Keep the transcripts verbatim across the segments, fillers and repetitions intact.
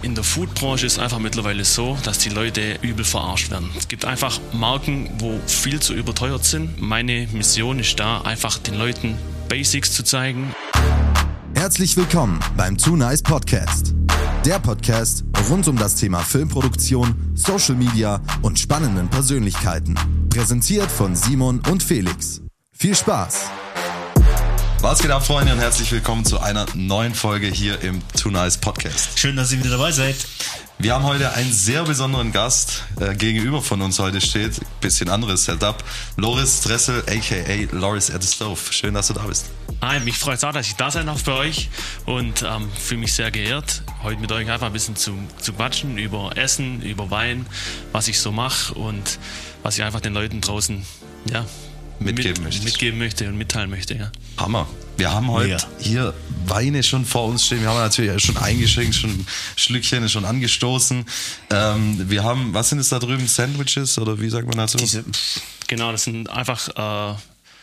in der Foodbranche ist einfach mittlerweile so, dass die Leute übel verarscht werden. Es gibt einfach Marken, wo viel zu überteuert sind. Meine Mission ist da, einfach den Leuten Basics zu zeigen. Herzlich willkommen beim Too Nice Podcast. Der Podcast rund um das Thema Filmproduktion, Social Media und spannenden Persönlichkeiten. Präsentiert von Simon und Felix. Viel Spaß! Was geht ab, Freunde, und herzlich willkommen zu einer neuen Folge hier im Too Nice Podcast. Schön, dass ihr wieder dabei seid. Wir haben heute einen sehr besonderen Gast. Äh, gegenüber von uns heute steht, bisschen anderes Setup, Loris Dressel, aka Loris at the Stove. Schön, dass du da bist. Hi, mich freut es auch, dass ich da sein darf bei euch und ähm, fühle mich sehr geehrt, heute mit euch einfach ein bisschen zu, zu quatschen über Essen, über Wein, was ich so mache und was ich einfach den Leuten draußen ja, mitgeben, mit, mitgeben möchte und mitteilen möchte. Ja. Hammer. Wir haben heute ja. hier Weine schon vor uns stehen. Wir haben natürlich schon eingeschenkt, schon ein Schlückchen schon angestoßen. Ähm, wir haben, was sind es da drüben? Sandwiches oder wie sagt man dazu? Diese, genau, das sind einfach äh,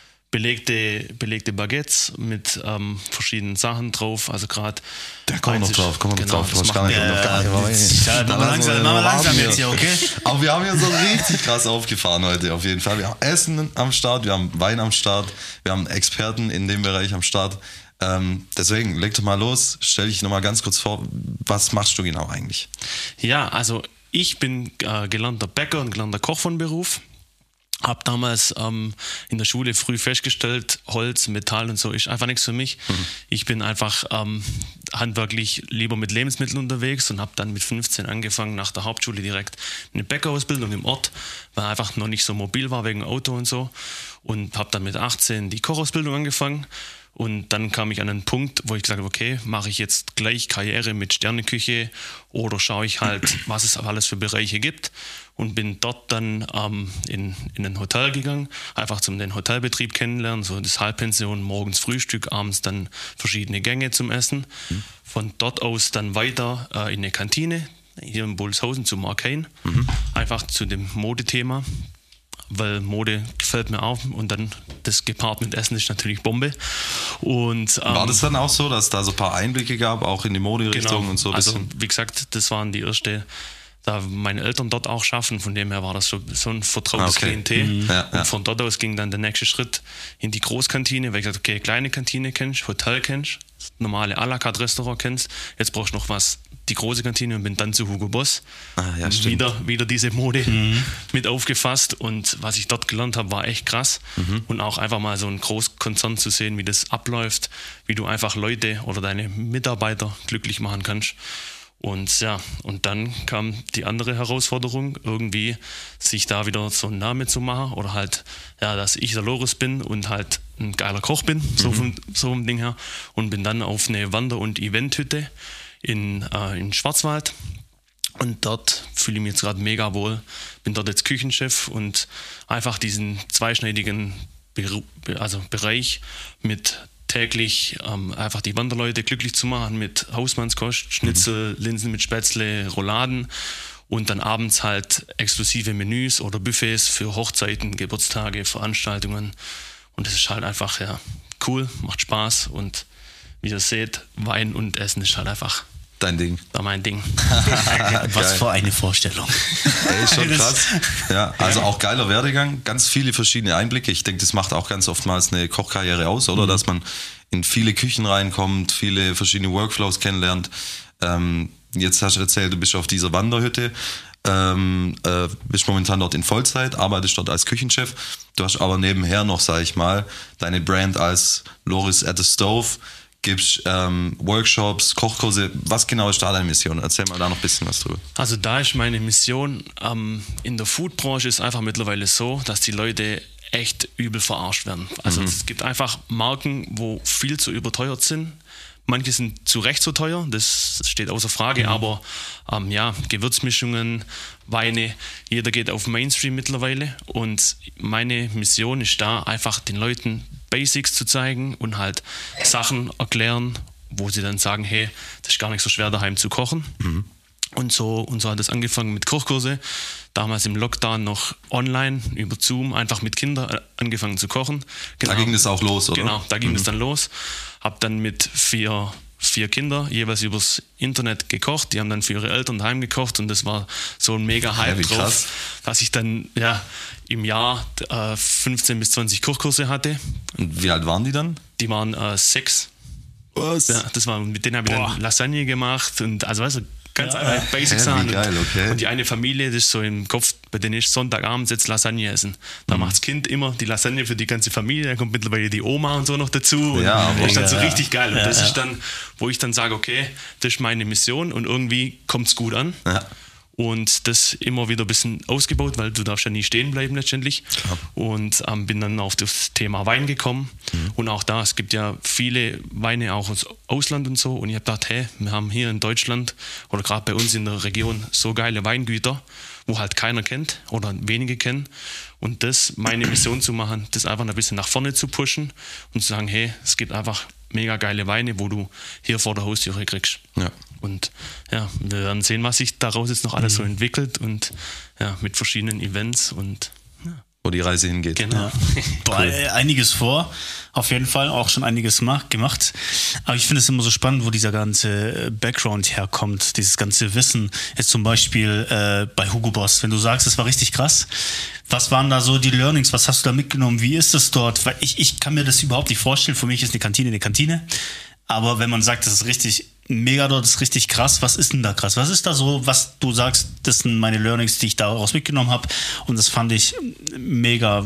belegte, belegte Baguettes mit ähm, verschiedenen Sachen drauf. Also gerade. Da kommen wir noch drauf, kommen wir noch drauf. Das gar nicht, ja, noch gar nicht. Ja, machen wir langsam, machen wir langsam jetzt hier, okay? Aber wir haben hier so richtig krass aufgefahren heute, auf jeden Fall. Wir haben Essen am Start, wir haben Wein am Start, wir haben Experten in dem Bereich am Start. Ähm, deswegen, leg doch mal los, stell dich nochmal ganz kurz vor, was machst du genau eigentlich? Ja, also ich bin äh, gelernter Bäcker und gelernter Koch von Beruf. Hab damals ähm, in der Schule früh festgestellt, Holz, Metall und so ist einfach nichts für mich. Mhm. Ich bin einfach ähm, handwerklich lieber mit Lebensmitteln unterwegs und habe dann mit fünfzehn angefangen, nach der Hauptschule direkt eine Bäckerausbildung im Ort, weil einfach noch nicht so mobil war wegen Auto und so. Und habe dann mit achtzehn die Kochausbildung angefangen. Und dann kam ich an einen Punkt, wo ich gesagt habe, okay, mache ich jetzt gleich Karriere mit Sterneküche oder schaue ich halt, was es alles für Bereiche gibt. Und bin dort dann ähm, in, in ein Hotel gegangen, einfach zum den Hotelbetrieb kennenlernen, so das Halbpension, morgens Frühstück, abends dann verschiedene Gänge zum Essen. Mhm. Von dort aus dann weiter äh, in eine Kantine, hier in Bullshausen zum Arcane, mhm. einfach zu dem Modethema. Weil Mode gefällt mir auch und dann das gepaart mit Essen ist natürlich Bombe. Und, ähm, war das dann auch so, dass es da so ein paar Einblicke gab, auch in die Moderichtung genau, und so? Ein also wie gesagt, das waren die erste, da meine Eltern dort auch schaffen, von dem her war das so, so ein vertrautes okay. Klientel. Mhm. Ja, ja. Und von dort aus ging dann der nächste Schritt in die Großkantine, weil ich gesagt okay, kleine Kantine kennst, Hotel kennst, normale à la carte Restaurant kennst, jetzt brauchst du noch was, die große Kantine und bin dann zu Hugo Boss. Ah, ja, wieder, wieder diese Mode mhm. mit aufgefasst und was ich dort gelernt habe, war echt krass. Mhm. Und auch einfach mal so einen Großkonzern zu sehen, wie das abläuft, wie du einfach Leute oder deine Mitarbeiter glücklich machen kannst. Und ja, und dann kam die andere Herausforderung, irgendwie sich da wieder so einen Namen zu machen oder halt, ja, dass ich der Loris bin und halt ein geiler Koch bin, mhm. so vom, so vom Ding her. Und bin dann auf eine Wander- und Eventhütte in, äh, in Schwarzwald. Und dort fühle ich mich jetzt gerade mega wohl. Bin dort jetzt Küchenchef und einfach diesen zweischneidigen Beru- also Bereich mit täglich ähm, einfach die Wanderleute glücklich zu machen mit Hausmannskost, Schnitzel, mhm. Linsen mit Spätzle, Rouladen und dann abends halt exklusive Menüs oder Buffets für Hochzeiten, Geburtstage, Veranstaltungen. Und das ist halt einfach ja, cool, macht Spaß und wie ihr seht, Wein und Essen ist halt einfach dein Ding. Da mein Ding. Was für eine Vorstellung. Ey, ist schon krass. Ja, also auch geiler Werdegang, ganz viele verschiedene Einblicke. Ich denke, das macht auch ganz oftmals eine Kochkarriere aus, oder? Mhm. Dass man in viele Küchen reinkommt, viele verschiedene Workflows kennenlernt. Ähm, jetzt hast du erzählt, du bist auf dieser Wanderhütte, ähm, äh, bist momentan dort in Vollzeit, arbeitest dort als Küchenchef. Du hast aber nebenher noch, sag ich mal, deine Brand als Loris at the Stove. Gibst ähm, Workshops, Kochkurse. Was genau ist da deine Mission? Erzähl mal da noch ein bisschen was drüber. Also da ist meine Mission, ähm, in der Foodbranche ist einfach mittlerweile so, dass die Leute echt übel verarscht werden. Also mhm. es gibt einfach Marken, wo viel zu überteuert sind. Manche sind zu Recht so teuer, das steht außer Frage, mhm. aber ähm, ja, Gewürzmischungen, Weine, jeder geht auf Mainstream mittlerweile und meine Mission ist da, einfach den Leuten Basics zu zeigen und halt Sachen erklären, wo sie dann sagen, hey, das ist gar nicht so schwer daheim zu kochen. Mhm. Und so, und so hat es angefangen mit Kochkurse. Damals im Lockdown noch online über Zoom, einfach mit Kindern angefangen zu kochen. Genau. Da ging das auch los, oder? Genau, da ging mhm. das dann los. Hab dann mit vier, vier Kinder, jeweils übers Internet gekocht. Die haben dann für ihre Eltern daheim gekocht und das war so ein mega Hype ja, drauf, krass. dass ich dann ja, im Jahr äh, fünfzehn bis zwanzig Kochkurse hatte. Und wie alt waren die dann? Die waren äh, sechs. Was? Ja, das war, mit denen habe ich dann Lasagne gemacht und also weißt du, ganz Ja. einfach Basic Hä, Sachen. wie geil, okay. Und die eine Familie, das ist so im Kopf, bei denen ist Sonntagabend jetzt Lasagne essen. Da Mhm. macht das Kind immer die Lasagne für die ganze Familie, da kommt mittlerweile die Oma und so noch dazu. Und Ja, aber- das ist dann so Ja. richtig geil. Und Ja, das ja. ist dann, wo ich dann sage, okay, das ist meine Mission und irgendwie kommt es gut an. Ja. Und das immer wieder ein bisschen ausgebaut, weil du darfst ja nie stehen bleiben letztendlich. Klar. Und ähm, bin dann auf das Thema Wein gekommen. Mhm. Und auch da, es gibt ja viele Weine auch aus Ausland und so. Und ich habe gedacht, hey, wir haben hier in Deutschland oder gerade bei uns in der Region so geile Weingüter, wo halt keiner kennt oder wenige kennen. Und das, meine Mission zu machen, das einfach ein bisschen nach vorne zu pushen und zu sagen, hey, es gibt einfach mega geile Weine, wo du hier vor der Haustüre kriegst. Ja. Und ja, wir werden sehen, was sich daraus jetzt noch alles so entwickelt und ja, mit verschiedenen Events und ja, Wo die Reise hingeht. genau. Boah, äh, einiges vor, auf jeden Fall, auch schon einiges ma- gemacht. Aber ich finde es immer so spannend, wo dieser ganze äh, Background herkommt, dieses ganze Wissen. Jetzt zum Beispiel äh, bei Hugo Boss, wenn du sagst, es war richtig krass. Was waren da so die Learnings? Was hast du da mitgenommen? Wie ist es dort? Weil ich, ich kann mir das überhaupt nicht vorstellen. Für mich ist eine Kantine eine Kantine. Aber wenn man sagt, das ist richtig mega dort, das ist richtig krass, was ist denn da krass? Was ist da so, was du sagst, das sind meine Learnings, die ich daraus mitgenommen habe und das fand ich mega,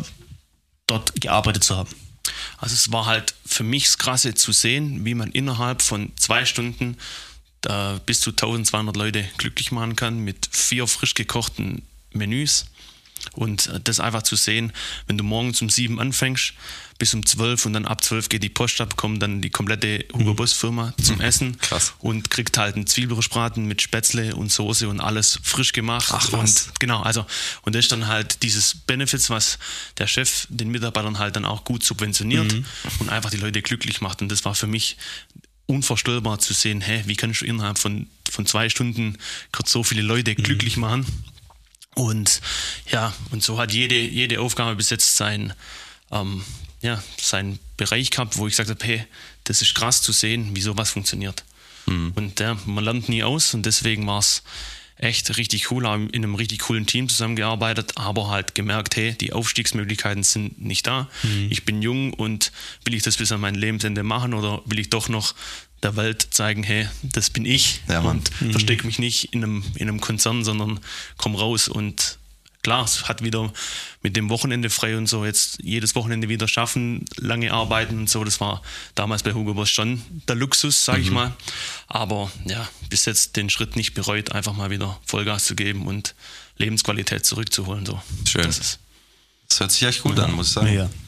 dort gearbeitet zu haben. Also es war halt für mich das Krasse zu sehen, wie man innerhalb von zwei Stunden äh, bis zu eintausendzweihundert Leute glücklich machen kann mit vier frisch gekochten Menüs. Und äh, das einfach zu sehen, wenn du morgens um sieben anfängst, bis um zwölf und dann ab zwölf geht die Post ab, kommt dann die komplette Hugo Boss Firma zum Essen. Krass. Und kriegt halt einen Zwiebelrostbraten mit Spätzle und Soße und alles frisch gemacht. Ach, was. Und genau, also und das ist dann halt dieses Benefits, was der Chef den Mitarbeitern halt dann auch gut subventioniert und einfach die Leute glücklich macht. Und das war für mich unvorstellbar zu sehen, hä, wie kannst du innerhalb von, von zwei Stunden kurz so viele Leute glücklich machen? Und ja, und so hat jede, jede Aufgabe bis jetzt sein, ähm, ja, seinen Bereich gehabt, wo ich gesagt habe, hey, das ist krass zu sehen, wie sowas funktioniert. Mhm. Und ja, man lernt nie aus und deswegen war es echt richtig cool, haben in einem richtig coolen Team zusammengearbeitet, aber halt gemerkt, hey, die Aufstiegsmöglichkeiten sind nicht da. Mhm. Ich bin jung und will ich das bis an mein Lebensende machen oder will ich doch noch der Welt zeigen, hey, das bin ich Ja, Mann. und mhm. verstecke mich nicht in einem, in einem Konzern, sondern komm raus und klar, es hat wieder mit dem Wochenende frei und so jetzt jedes Wochenende wieder schaffen, lange arbeiten und so, das war damals bei Hugo Boss schon der Luxus, sage mhm. ich mal, aber ja, bis jetzt den Schritt nicht bereut, einfach mal wieder Vollgas zu geben und Lebensqualität zurückzuholen. So. Schön. Das, ist, das hört sich echt gut ja. an, muss ich sagen. Ja.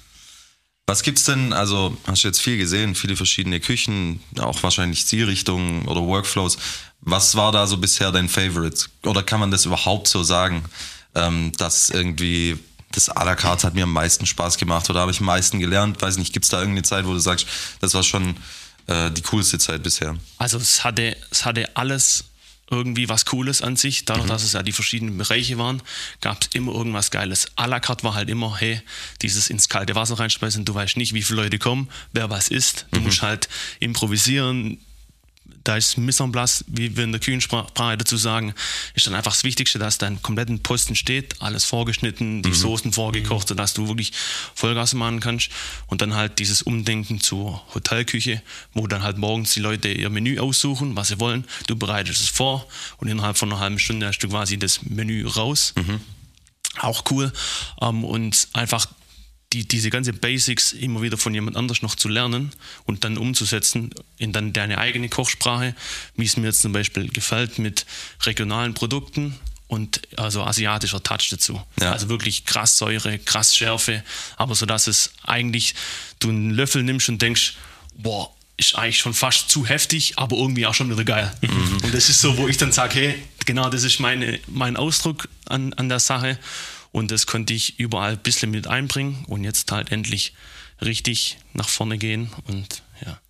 Was gibt's denn, also hast du jetzt viel gesehen, viele verschiedene Küchen, auch wahrscheinlich Zielrichtungen oder Workflows. Was war da so bisher dein Favorite? Oder kann man das überhaupt so sagen, ähm, dass irgendwie das à la carte hat mir am meisten Spaß gemacht oder habe ich am meisten gelernt? Weiß nicht, gibt's da irgendeine Zeit, wo du sagst, das war schon äh, die coolste Zeit bisher? Also es hatte, es hatte alles irgendwie was Cooles an sich. Dadurch, mhm. dass es ja die verschiedenen Bereiche waren, gab es immer irgendwas Geiles. À la carte war halt immer, hey, dieses ins kalte Wasser reinspeisen, du weißt nicht, wie viele Leute kommen, wer was isst. Du mhm. musst halt improvisieren. Da ist Mise en place, wie wir in der Küchensprache dazu sagen, ist dann einfach das Wichtigste, dass dein kompletten Posten steht, alles vorgeschnitten, die mhm. Soßen vorgekocht, sodass du wirklich Vollgas machen kannst. Und dann halt dieses Umdenken zur Hotelküche, wo dann halt morgens die Leute ihr Menü aussuchen, was sie wollen. Du bereitest es vor und innerhalb von einer halben Stunde hast du quasi das Menü raus. Mhm. Auch cool. Um, und einfach Die, diese ganze Basics immer wieder von jemand anders noch zu lernen und dann umzusetzen in dann deine eigene Kochsprache, wie es mir jetzt zum Beispiel gefällt, mit regionalen Produkten und also asiatischer Touch dazu. Ja. Also wirklich krass Säure, krass Schärfe, aber so dass es eigentlich du einen Löffel nimmst und denkst, boah, ist eigentlich schon fast zu heftig, aber irgendwie auch schon wieder geil. Mhm. Und das ist so, wo ich dann sage, hey, genau das ist meine, mein Ausdruck an, an der Sache. Und das konnte ich überall ein bisschen mit einbringen und jetzt halt endlich richtig nach vorne gehen und ja.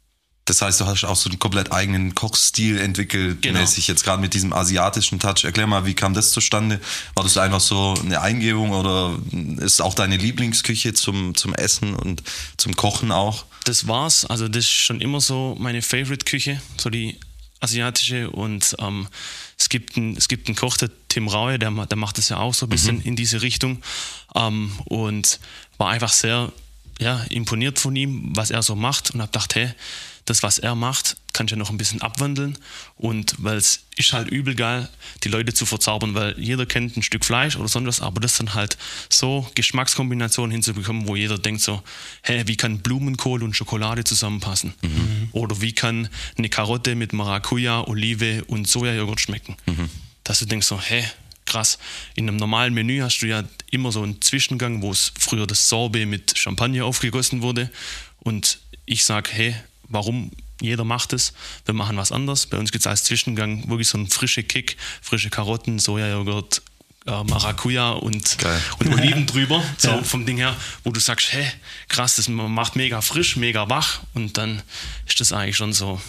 Das heißt, du hast auch so einen komplett eigenen Kochstil entwickelt, Genau. mäßig jetzt gerade mit diesem asiatischen Touch. Erklär mal, wie kam das zustande? War das einfach so eine Eingebung oder ist auch deine Lieblingsküche zum, zum Essen und zum Kochen auch? Das war's. Also das ist schon immer so meine Favorite-Küche, so die asiatische. Und ähm, es gibt einen, es gibt einen Koch, der Tim Raue, der, der macht das ja auch so ein bisschen mhm. in diese Richtung. Ähm, und war einfach sehr ja, imponiert von ihm, was er so macht. Und hab gedacht, hey, das, was er macht, kann ich ja noch ein bisschen abwandeln. Und weil es ist halt übel geil, die Leute zu verzaubern, weil jeder kennt ein Stück Fleisch oder sonst was, aber das dann halt so Geschmackskombinationen hinzubekommen, wo jeder denkt so, hä, wie kann Blumenkohl und Schokolade zusammenpassen? Mhm. Oder wie kann eine Karotte mit Maracuja, Olive und Sojajoghurt schmecken? Mhm. Dass du denkst so, hä, krass, in einem normalen Menü hast du ja immer so einen Zwischengang, wo es früher das Sorbet mit Champagner aufgegossen wurde. Und ich sag, hey, warum? Jeder macht es, wir machen was anderes. Bei uns gibt es als Zwischengang wirklich so einen frischen Kick, frische Karotten, Sojajoghurt, äh, Maracuja und, und Oliven drüber, so ja. vom Ding her, wo du sagst, hey, krass, das macht mega frisch, mega wach und dann ist das eigentlich schon so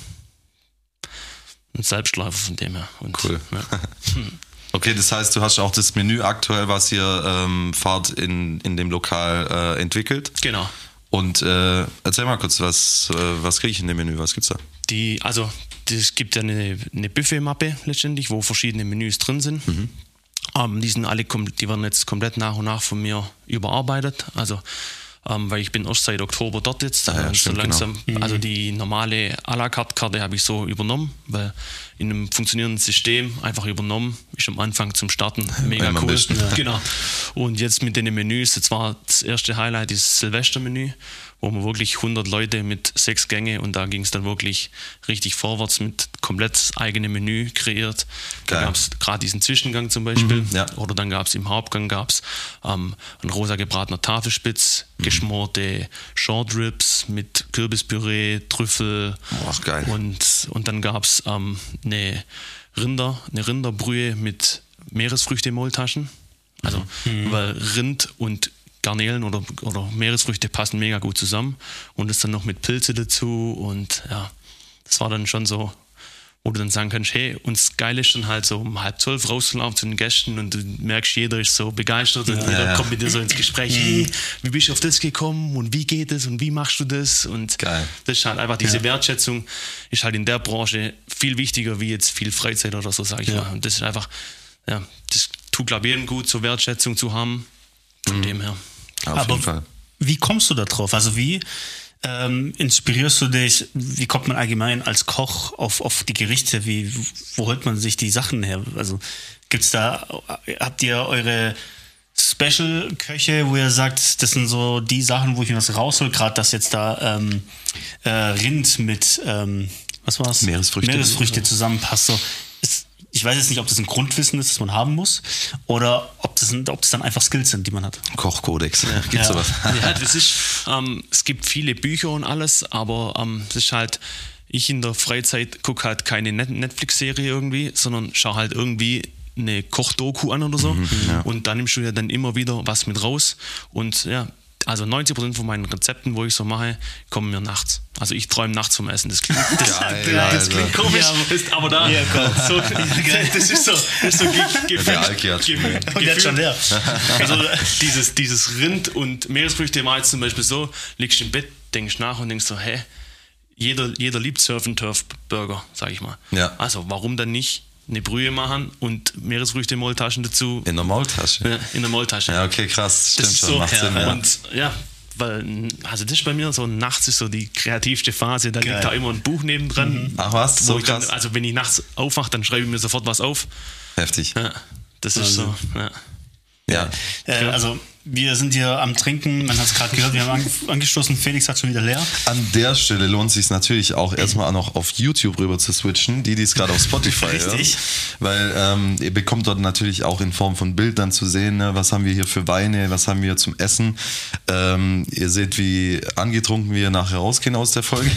ein Selbstläufer von dem her. Und, cool. Ja. Hm. Okay, das heißt, du hast auch das Menü aktuell, was ihr ähm, fahrt, in, in dem Lokal äh, entwickelt. Genau. Und äh, erzähl mal kurz, was, äh, was kriege ich in dem Menü, was gibt's da? Die, also es gibt ja eine, eine Buffet-Mappe letztendlich, wo verschiedene Menüs drin sind. Mhm. Ähm, die sind alle, die werden jetzt komplett nach und nach von mir überarbeitet. Also ähm, weil ich bin erst seit Oktober dort jetzt. Ah, ja, so stimmt, langsam, genau. Also die normale à la carte Karte habe ich so übernommen, weil in einem funktionierenden System einfach übernommen, ist am Anfang zum Starten mega cool. Besten, ja. Genau. Und jetzt mit den Menüs, jetzt war das erste Highlight das Silvestermenü, wo wir wirklich hundert Leute mit sechs Gänge und da ging es dann wirklich richtig vorwärts mit komplett eigenem Menü kreiert. Da gab es gerade diesen Zwischengang zum Beispiel, mhm, ja. oder dann gab es im Hauptgang gab's, ähm, ein rosa gebratener Tafelspitz, mhm. geschmorte Short Ribs mit Kürbispüree, Trüffel. Ach, geil. Und, und dann gab es ähm, eine Rinder, eine Rinderbrühe mit Meeresfrüchte-Maultaschen. Also, mhm. weil Rind und Garnelen oder, oder Meeresfrüchte passen mega gut zusammen und das dann noch mit Pilze dazu und ja, das war dann schon so, wo du dann sagen kannst, hey, uns geil ist dann halt so um halb zwölf rauszulaufen zu den Gästen und du merkst, jeder ist so begeistert und ja, jeder ja. kommt mit dir so ins Gespräch, hey, wie bist du auf das gekommen und wie geht es und wie machst du das und geil. Das ist halt einfach, diese ja. Wertschätzung ist halt in der Branche viel wichtiger wie jetzt viel Freizeit oder so, sag ich ja. mal, und das ist einfach, ja, das tut glaube ich jedem gut, so Wertschätzung zu haben, von mhm. dem her. Auf Aber jeden Fall. Wie kommst du da drauf? Also wie ähm, inspirierst du dich, wie kommt man allgemein als Koch auf, auf die Gerichte? Wie, wo holt man sich die Sachen her? Also gibt's da, habt ihr eure Special-Köche, wo ihr sagt, das sind so die Sachen, wo ich mir was raushol, gerade dass jetzt da ähm, äh, Rind mit, ähm, was war's? Meeresfrüchte. Meeresfrüchte zusammenpasst. So. Ist, ich weiß jetzt nicht, ob das ein Grundwissen ist, das man haben muss, oder ob das, ob das dann einfach Skills sind, die man hat. Kochkodex. Ja. Gibt's Ja. sowas? Ja, das ist, ähm, es gibt viele Bücher und alles, aber ähm, es ist halt, ich in der Freizeit gucke halt keine Net- Netflix-Serie irgendwie, sondern schaue halt irgendwie eine Kochdoku an oder so Mhm, ja. und dann nimmst du ja dann immer wieder was mit raus und ja, also neunzig Prozent von meinen Rezepten, wo ich so mache, kommen mir nachts. Also ich träume nachts vom Essen. Das klingt, das, Geil, das Alter. klingt komisch, Ja, aber- ist, aber da, Ja, komm. so, das ist so, das ist so ge- gefühlt, Der Alki hat's ge- schon. Und jetzt schon leer. also dieses, dieses Rind und Meeresfrüchte war jetzt zum Beispiel so, liegst im Bett, denkst nach und denkst so, hä, jeder, jeder liebt Surf and Turf Burger, sag ich mal. Ja. Also warum dann nicht eine Brühe machen und Meeresfrüchte in Maultaschen dazu In der Maultasche. ja, in der Maultasche. Ja, okay, krass. Stimmt Das ist schon, so, macht ja, Sinn. Ja. und ja, weil, also das ist bei mir so, nachts ist so die kreativste Phase, da Geil. liegt da immer ein Buch nebendran. Ach was, so wo ich dann, krass. also wenn ich nachts aufwache, dann schreibe ich mir sofort was auf. Heftig. Ja, das ist so, ja. Ja. Äh, also wir sind hier am Trinken, man hat es gerade gehört, wir haben ange- angestoßen, Felix hat schon wieder leer. An der Stelle lohnt es sich natürlich auch erstmal noch auf YouTube rüber zu switchen, die, die es gerade auf Spotify hören. Richtig. Weil ähm, ihr bekommt dort natürlich auch in Form von Bild dann zu sehen, ne, was haben wir hier für Weine, was haben wir zum Essen. Ähm, ihr seht, wie angetrunken wir nachher rausgehen aus der Folge.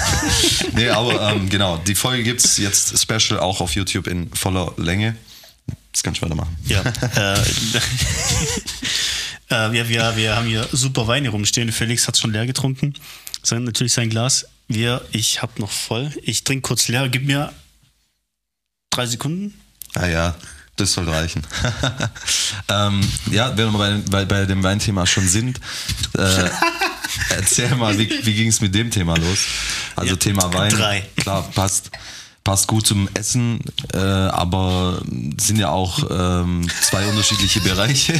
Nee, aber ähm, genau, die Folge gibt es jetzt special auch auf YouTube in voller Länge. Das kann ich weitermachen. Ja. äh, äh, wir, wir, wir haben hier super Weine rumstehen. Felix hat schon leer getrunken. Sein, natürlich sein Glas. Wir, ich hab noch voll. Ich trinke kurz leer. Gib mir drei Sekunden. Ah ja, das soll reichen. ähm, ja, wenn wir bei, bei, bei dem Weinthema schon sind, äh, erzähl mal, wie, wie ging es mit dem Thema los? Also ja, Thema Wein, drei. Klar, passt. Passt gut zum Essen, äh, aber sind ja auch ähm, zwei unterschiedliche Bereiche.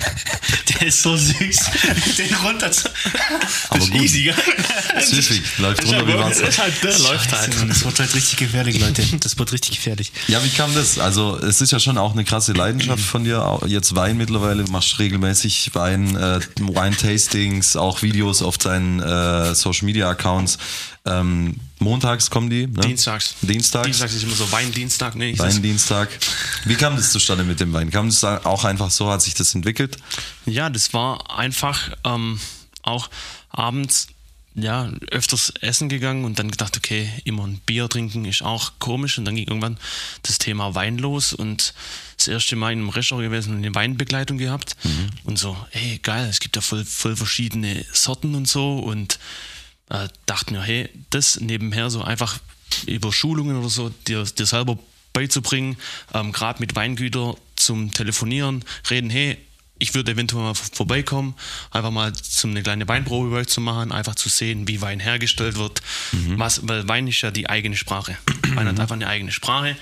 Der ist so süß. Den runter zu. Aber das ist gut. easy, gell? Süffig, läuft runter wie Wasser. Das, halt, der läuft halt. Das wird halt richtig gefährlich, Leute. Das wird richtig gefährlich. Ja, wie kam das? Also es ist ja schon auch eine krasse Leidenschaft von dir. Jetzt Wein mittlerweile, du machst regelmäßig Wein, äh, Wine-Tastings, auch Videos auf deinen äh, Social-Media-Accounts. Ähm, montags kommen die, ne? Dienstags. Dienstags. Dienstags ist immer so Weindienstag, ne? Weindienstag. Wie kam das zustande mit dem Wein? Kam das auch einfach so, hat sich das entwickelt? Ja, das war einfach ähm, auch abends ja, öfters essen gegangen und dann gedacht, okay, immer ein Bier trinken ist auch komisch und dann ging irgendwann das Thema Wein los und das erste Mal in einem Restaurant gewesen und eine Weinbegleitung gehabt mhm. und so, hey, geil, es gibt ja voll, voll verschiedene Sorten und so und äh, dachten mir, hey, das nebenher so einfach über Schulungen oder so dir, dir selber beizubringen, ähm, gerade mit Weingütern zum Telefonieren, reden, hey, ich würde eventuell mal vorbeikommen, einfach mal zum eine kleine Weinprobe bei euch zu machen, einfach zu sehen, wie Wein hergestellt wird. Mhm. Was, weil Wein ist ja die eigene Sprache. Wein hat einfach eine eigene Sprache.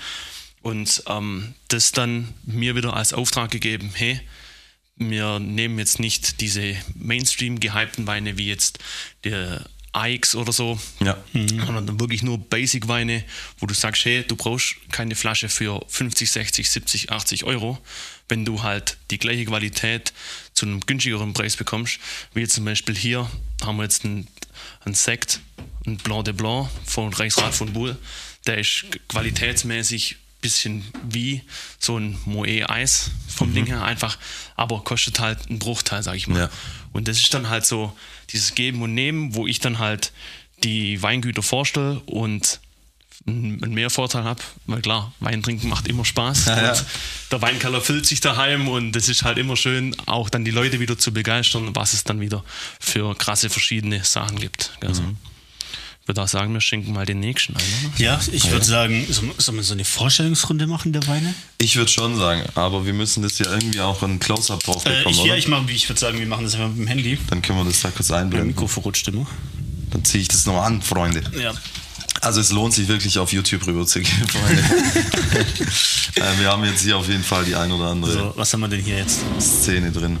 Und ähm, das dann mir wieder als Auftrag gegeben, hey, wir nehmen jetzt nicht diese Mainstream-gehypten Weine wie jetzt der A X oder so, ja. mhm. sondern dann wirklich nur Basic-Weine, wo du sagst, hey, du brauchst keine Flasche für fünfzig, sechzig, siebzig, achtzig Euro, wenn du halt die gleiche Qualität zu einem günstigeren Preis bekommst, wie jetzt zum Beispiel hier haben wir jetzt einen, einen Sekt, ein Blanc de Blanc von Reichsrat von Buhl, der ist qualitätsmäßig ein bisschen wie so ein Moët Eis vom mhm. Ding her einfach, aber kostet halt einen Bruchteil, sag ich mal. Ja. Und das ist dann halt so dieses Geben und Nehmen, wo ich dann halt die Weingüter vorstelle und einen Mehrvorteil habe, weil klar, Wein trinken macht immer Spaß. Ja, ja. Der Weinkeller füllt sich daheim und es ist halt immer schön, auch dann die Leute wieder zu begeistern, was es dann wieder für krasse verschiedene Sachen gibt. Also, mhm. ich würde auch sagen, wir schenken mal den nächsten ein, oder? Ja, ich würde ja. sagen, sollen wir so eine Vorstellungsrunde machen der Weine? Ich würde schon sagen, aber wir müssen das ja irgendwie auch ein Close-Up drauf bekommen, äh, ich, oder? Ja, ich, mach, ich würde sagen, wir machen das einfach mit dem Handy. Dann können wir das da kurz einblenden. Mein Mikro verrutscht immer. Dann ziehe ich das nochmal an, Freunde. Ja. Also es lohnt sich wirklich auf YouTube rüber zu gehen, Freunde. äh, wir haben jetzt hier auf jeden Fall die ein oder andere so, was haben wir denn hier jetzt? Szene drin.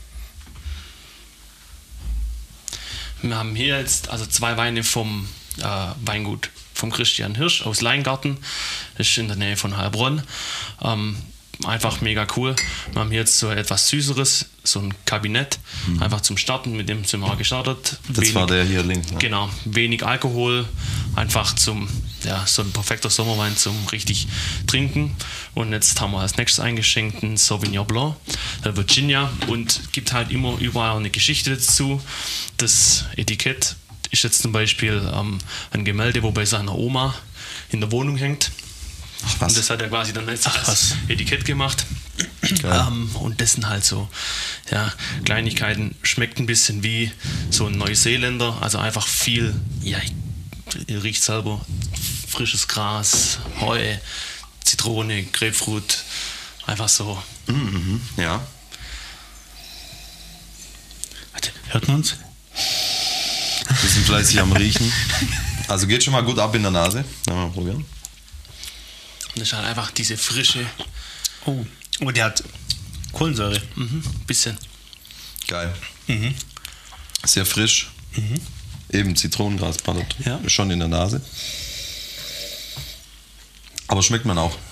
Wir haben hier jetzt also zwei Weine vom äh, Weingut vom Christian Hirsch aus Leingarten. Das ist in der Nähe von Heilbronn. Ähm, einfach mega cool. Wir haben hier jetzt so etwas Süßeres, so ein Kabinett, mhm. einfach zum Starten, mit dem sind wir gestartet. Das wenig, war der hier links. Ne? Genau, wenig Alkohol, einfach zum, ja, so ein perfekter Sommerwein zum richtig trinken. Und jetzt haben wir als nächstes eingeschenkt einen Sauvignon Blanc, der Virginia, und gibt halt immer überall eine Geschichte dazu. Das Etikett ist jetzt zum Beispiel ähm, ein Gemälde, wo bei seiner Oma in der Wohnung hängt. Ach, was? Und das hat er quasi dann als Ach, was? Etikett gemacht. Ähm, und das sind halt so ja, Kleinigkeiten. Schmeckt ein bisschen wie so ein Neuseeländer. Also einfach viel, ja, ihr riecht selber, frisches Gras, Heu, Zitrone, Grapefruit. Einfach so. Mhm, ja. Warte, hört man uns? Wir sind fleißig am Riechen. Also geht schon mal gut ab in der Nase. Mal probieren. Und das ist halt einfach diese frische. Oh, oh, der hat Kohlensäure. Mhm, bisschen. Geil. Mhm. Sehr frisch. Mhm. Eben Zitronengras ballert. Ja. Schon in der Nase. Aber schmeckt man auch.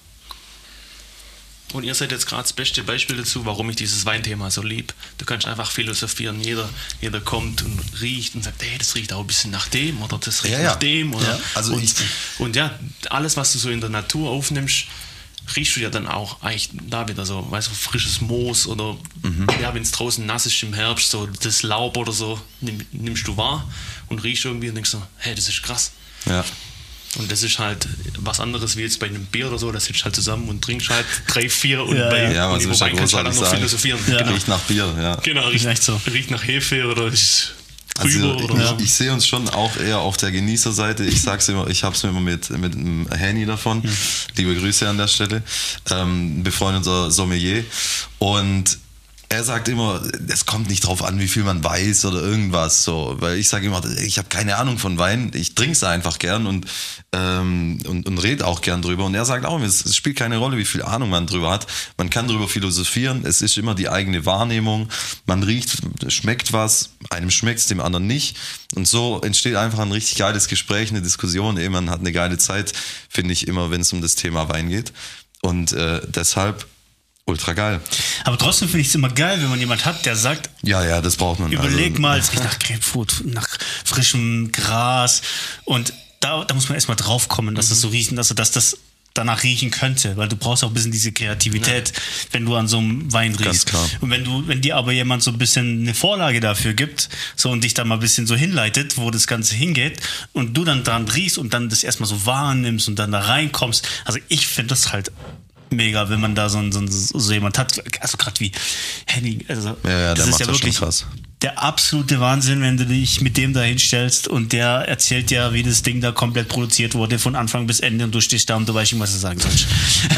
Und ihr seid jetzt gerade das beste Beispiel dazu, warum ich dieses Weinthema so lieb. Du kannst einfach philosophieren. Jeder, jeder kommt und riecht und sagt, hey, das riecht auch ein bisschen nach dem oder das riecht ja, nach ja. dem. Oder ja. Also und, ich, und ja, alles, was du so in der Natur aufnimmst, riechst du ja dann auch eigentlich da wieder so, weißt du, frisches Moos oder mhm. ja, wenn es draußen nass ist im Herbst, so das Laub oder so, nimm, nimmst du wahr und riechst irgendwie und denkst so, hey, das ist krass. Ja. Und das ist halt was anderes wie jetzt bei einem Bier oder so, da sitzt halt zusammen und trinkst halt drei, vier und ja, bei ja, und über Wein kannst du halt auch noch philosophieren. Ja. Genau. Riecht nach Bier, ja. Genau, riecht, Echt so. riecht nach Hefe oder ist drüber. Also oder ich, ich sehe uns schon auch eher auf der Genießerseite. Ich sag's immer, ich hab's mir immer mit, mit einem Henny davon. Mhm. Liebe Grüße an der Stelle. Ähm, befreundeter Sommelier. Und er sagt immer, es kommt nicht drauf an, wie viel man weiß oder irgendwas. So, weil ich sage immer, ich habe keine Ahnung von Wein, ich trinke es einfach gern und, ähm, und, und rede auch gern drüber. Und er sagt auch, es spielt keine Rolle, wie viel Ahnung man drüber hat. Man kann drüber philosophieren, es ist immer die eigene Wahrnehmung. Man riecht, schmeckt was, einem schmeckt es, dem anderen nicht. Und so entsteht einfach ein richtig geiles Gespräch, eine Diskussion. Eben, man hat eine geile Zeit, finde ich immer, wenn es um das Thema Wein geht. Und äh, deshalb ultra geil. Aber trotzdem finde ich es immer geil, wenn man jemand hat, der sagt, ja, ja, das braucht man. Überleg also, mal, es riecht nach Grapefruit, nach frischem Gras. Und da, da muss man erstmal drauf kommen, dass mhm. das so riecht, dass, dass das danach riechen könnte, weil du brauchst auch ein bisschen diese Kreativität, ja. wenn du an so einem Wein riechst. Ganz klar. Und wenn du, wenn dir aber jemand so ein bisschen eine Vorlage dafür gibt, so und dich da mal ein bisschen so hinleitet, wo das Ganze hingeht und du dann dran riechst und dann das erstmal so wahrnimmst und dann da reinkommst. Also ich finde das halt mega, wenn man da so, so, so jemand hat, also gerade wie Henning, also ja, ja, das der ist ja das wirklich krass. Der absolute Wahnsinn, wenn du dich mit dem da hinstellst und der erzählt ja, wie das Ding da komplett produziert wurde, von Anfang bis Ende und du stehst da und du weißt nicht, was du sagen sollst.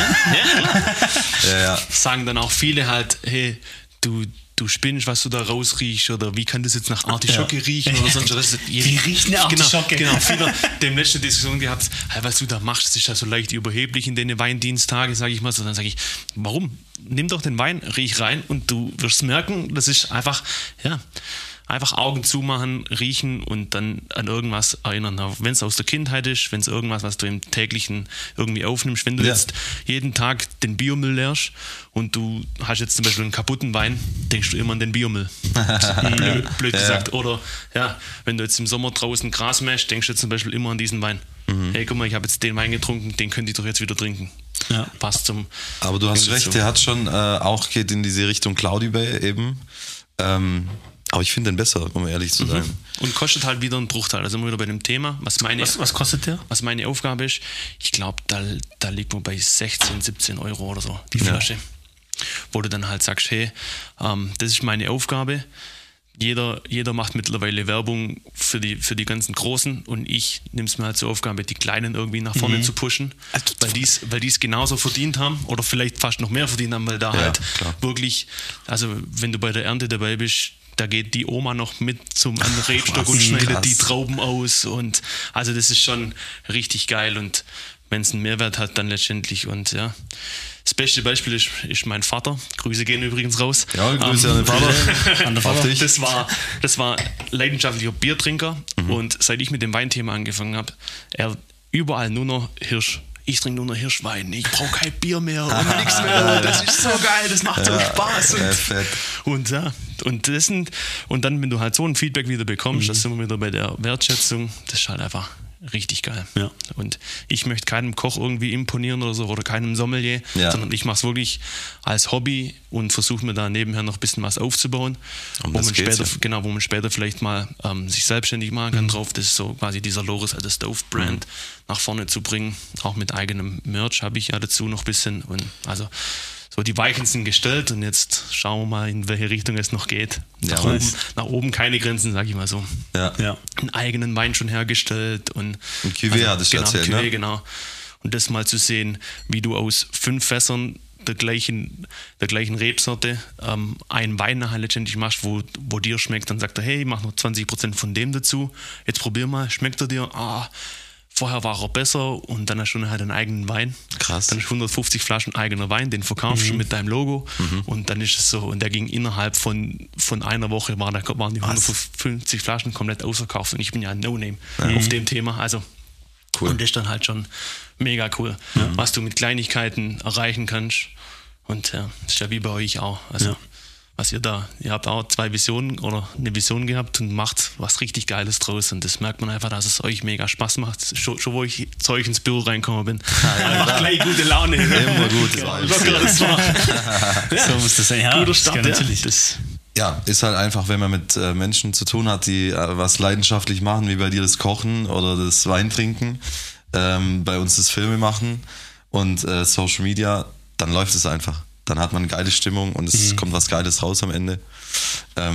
ja, ja, ja. Sagen dann auch viele halt, hey, du du spinnst, was du da rausriechst oder wie kann das jetzt nach Artischocke ja. riechen oder sonst was. Wie riecht eine Artischocke? Genau, genau. Viele dem letzte Diskussion gehabt, hey, was du da machst, das ist ja so leicht überheblich in den Weindiensttagen, sage ich mal so. Dann sage ich, warum? Nimm doch den Wein, riech rein und du wirst merken, das ist einfach, ja, einfach Augen zumachen, riechen und dann an irgendwas erinnern. Wenn es aus der Kindheit ist, wenn es irgendwas, was du im täglichen irgendwie aufnimmst, wenn du ja. jetzt jeden Tag den Biomüll leerst und du hast jetzt zum Beispiel einen kaputten Wein, denkst du immer an den Biomüll. blöd, blöd gesagt. Ja. Oder ja, wenn du jetzt im Sommer draußen Gras mähst, denkst du zum Beispiel immer an diesen Wein. Mhm. Hey, guck mal, ich habe jetzt den Wein getrunken, den könnte ich doch jetzt wieder trinken. Ja. Passt zum. Aber du hast recht, der hat schon äh, auch geht in diese Richtung Cloudy Bay eben. Ähm, Aber ich finde den besser, um ehrlich zu sein. Mhm. Und kostet halt wieder einen Bruchteil. Also immer wieder bei dem Thema. Was, meine, was, was kostet der? Was meine Aufgabe ist, ich glaube, da, da liegt man bei sechzehn, siebzehn Euro oder so, die Flasche. Ja. Wo du dann halt sagst, hey, ähm, das ist meine Aufgabe. Jeder, jeder macht mittlerweile Werbung für die, für die ganzen Großen und ich nehme es mir halt zur Aufgabe, die Kleinen irgendwie nach vorne mhm. zu pushen, weil die es weil die's genauso verdient haben oder vielleicht fast noch mehr verdient haben, weil da ja, halt klar. wirklich, also wenn du bei der Ernte dabei bist, da geht die Oma noch mit zum Rebstock und schneidet krass. die Trauben aus und also das ist schon richtig geil und wenn es einen Mehrwert hat, dann letztendlich und ja. Das beste Beispiel ist, ist mein Vater. Grüße gehen übrigens raus. Ja, Grüße um, an den Vater. an den Vater. Das war, das war leidenschaftlicher Biertrinker mhm. und seit ich mit dem Weinthema angefangen habe, er überall nur noch Hirsch. Ich trinke nur noch Hirschwein, ich brauche kein Bier mehr und nichts mehr. Das ist so geil, das macht so Spaß. Und, und ja, und, das sind, und dann, wenn du halt so ein Feedback wieder bekommst, mhm. das sind wir wieder bei der Wertschätzung, das ist halt einfach richtig geil. Ja. Und ich möchte keinem Koch irgendwie imponieren oder so oder keinem Sommelier, ja. sondern ich mache es wirklich als Hobby und versuche mir da nebenher noch ein bisschen was aufzubauen, um wo, man später, ja. genau, wo man später vielleicht mal ähm, sich selbstständig machen kann mhm. drauf. Das ist so quasi dieser Loris, also Stove-Brand, mhm. nach vorne zu bringen. Auch mit eigenem Merch habe ich ja dazu noch ein bisschen. Und also so die Weichen sind gestellt und jetzt schauen wir mal, in welche Richtung es noch geht. Ja, nach, oben, nach oben keine Grenzen, sag ich mal so. Ja. Ja. Einen eigenen Wein schon hergestellt. Und ein Cuvée also, hattest du genau, erzählt, Cuvée, ne? genau. Und das mal zu sehen, wie du aus fünf Fässern der gleichen, der gleichen Rebsorte ähm, einen Wein nachher letztendlich machst, wo, wo dir schmeckt, dann sagt er, hey, mach noch zwanzig Prozent von dem dazu, jetzt probier mal, schmeckt er dir? Ah, vorher war er besser und dann hast du halt einen eigenen Wein. Krass. Dann hast du hundertfünfzig Flaschen eigener Wein, den verkaufst du mhm. mit deinem Logo mhm. und dann ist es so, und der ging innerhalb von, von einer Woche, war, da waren die hundertfünfzig Flaschen komplett ausverkauft und ich bin ja ein No-Name mhm. auf dem Thema, also cool. Und das ist dann halt schon mega cool, ja. was du mit Kleinigkeiten erreichen kannst und ja, das ist ja wie bei euch auch, also ja. was ihr da, ihr habt auch zwei Visionen oder eine Vision gehabt und macht was richtig Geiles draus und das merkt man einfach, dass es euch mega Spaß macht. Schon, schon wo ich zu euch ins Büro reingekommen bin, ja, macht gleich gute Laune. Immer gut. Genau. Das war, ja. So muss das sein. Ja, guter Start, ja, natürlich. Das, ja, ist halt einfach, wenn man mit äh, Menschen zu tun hat, die äh, was leidenschaftlich machen, wie bei dir das Kochen oder das Weintrinken, ähm, bei uns das Filme machen und äh, Social Media, dann läuft es einfach. Dann hat man eine geile Stimmung und es mhm. kommt was Geiles raus am Ende. Ähm,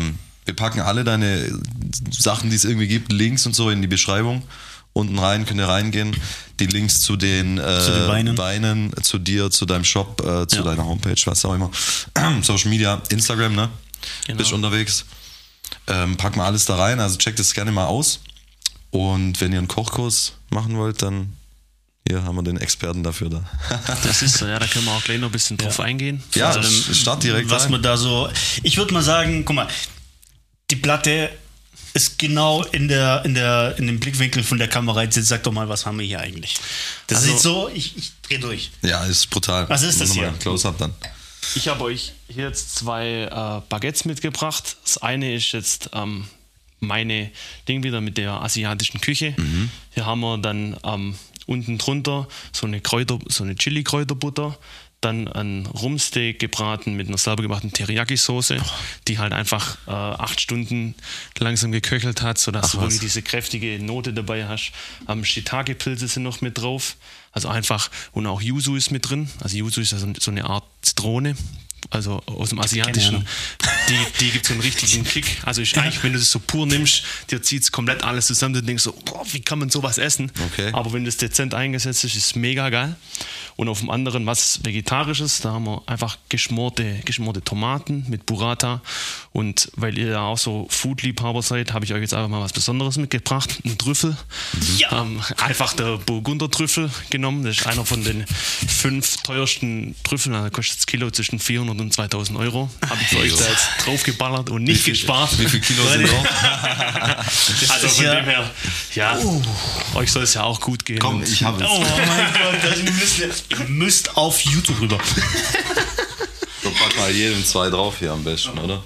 Wir packen alle deine Sachen, die es irgendwie gibt, Links und so in die Beschreibung. Unten rein könnt ihr reingehen. Die Links zu den, äh, zu den Weinen. Weinen, zu dir, zu deinem Shop, äh, zu Ja. deiner Homepage, was auch immer. Social Media, Instagram, ne? Genau. Bist unterwegs. Ähm, packen wir alles da rein, also checkt es gerne mal aus. Und wenn ihr einen Kochkurs machen wollt, dann hier haben wir den Experten dafür da. Das ist so, ja, da können wir auch gleich noch ein bisschen drauf eingehen. Ja, Also dann, start direkt was rein. man da so. Ich würde mal sagen, guck mal, die Platte ist genau in der in der in dem Blickwinkel von der Kamera. Jetzt sag doch mal, was haben wir hier eigentlich? Das Also- sieht so, ich, ich dreh durch. Ja, ist brutal. Was ist das Nochmal hier? Close-up dann. Ich habe euch hier jetzt zwei äh, Baguettes mitgebracht. Das eine ist jetzt ähm, meine Ding wieder mit der asiatischen Küche. Mhm. Hier haben wir dann ähm, unten drunter so eine Kräuter, so eine Chili-Kräuterbutter, dann ein Rumsteak gebraten mit einer selber gemachten Teriyaki-Soße, die halt einfach äh, acht Stunden langsam geköchelt hat, sodass Ach, du was. wirklich diese kräftige Note dabei hast. Ähm, Shiitake-Pilze sind noch mit drauf, also einfach, und auch Yuzu ist mit drin. Also Yuzu ist also so eine Art Zitrone, also aus dem Asiatischen. Die, die gibt so einen richtigen Kick. Also ich, eigentlich, wenn du das so pur nimmst, dir zieht es komplett alles zusammen. Du denkst so, boah, wie kann man sowas essen? Okay. Aber wenn das dezent eingesetzt ist, ist es mega geil. Und auf dem anderen was Vegetarisches, da haben wir einfach geschmorte, geschmorte Tomaten mit Burrata. Und weil ihr ja auch so Food-Liebhaber seid, habe ich euch jetzt einfach mal was Besonderes mitgebracht. Ein Trüffel. Ja. Ähm, einfach der Burgunder-Trüffel genommen. Das ist einer von den fünf teuersten Trüffeln. Da kostet das Kilo zwischen vierhundert und zweitausend Euro. Habe ich für euch da jetzt draufgeballert und nicht gespart. Wie viel Kilo sind drauf? Also von ja- dem her, ja, euch soll es ja auch gut gehen. Komm, Und ich habe es. Oh mein Gott, das müsst ihr, ihr müsst auf YouTube rüber. So, pack mal jedem zwei drauf hier am besten, oder?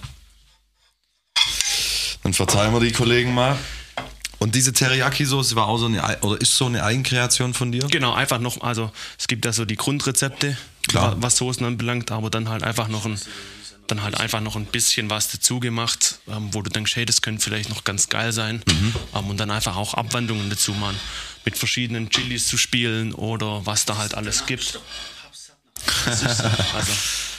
Dann verteilen wir die Kollegen mal. Und diese Teriyaki-Soße war auch so eine, oder ist so eine Eigenkreation von dir? Genau, einfach noch, also es gibt ja so die Grundrezepte, Klar. was Soßen anbelangt, aber dann halt einfach noch ein, dann halt einfach noch ein bisschen was dazu gemacht, ähm, wo du denkst, hey, das könnte vielleicht noch ganz geil sein. Mhm. Ähm, und dann einfach auch Abwandlungen dazu machen, mit verschiedenen Chilis zu spielen oder was da halt alles gibt. Das ist so, also,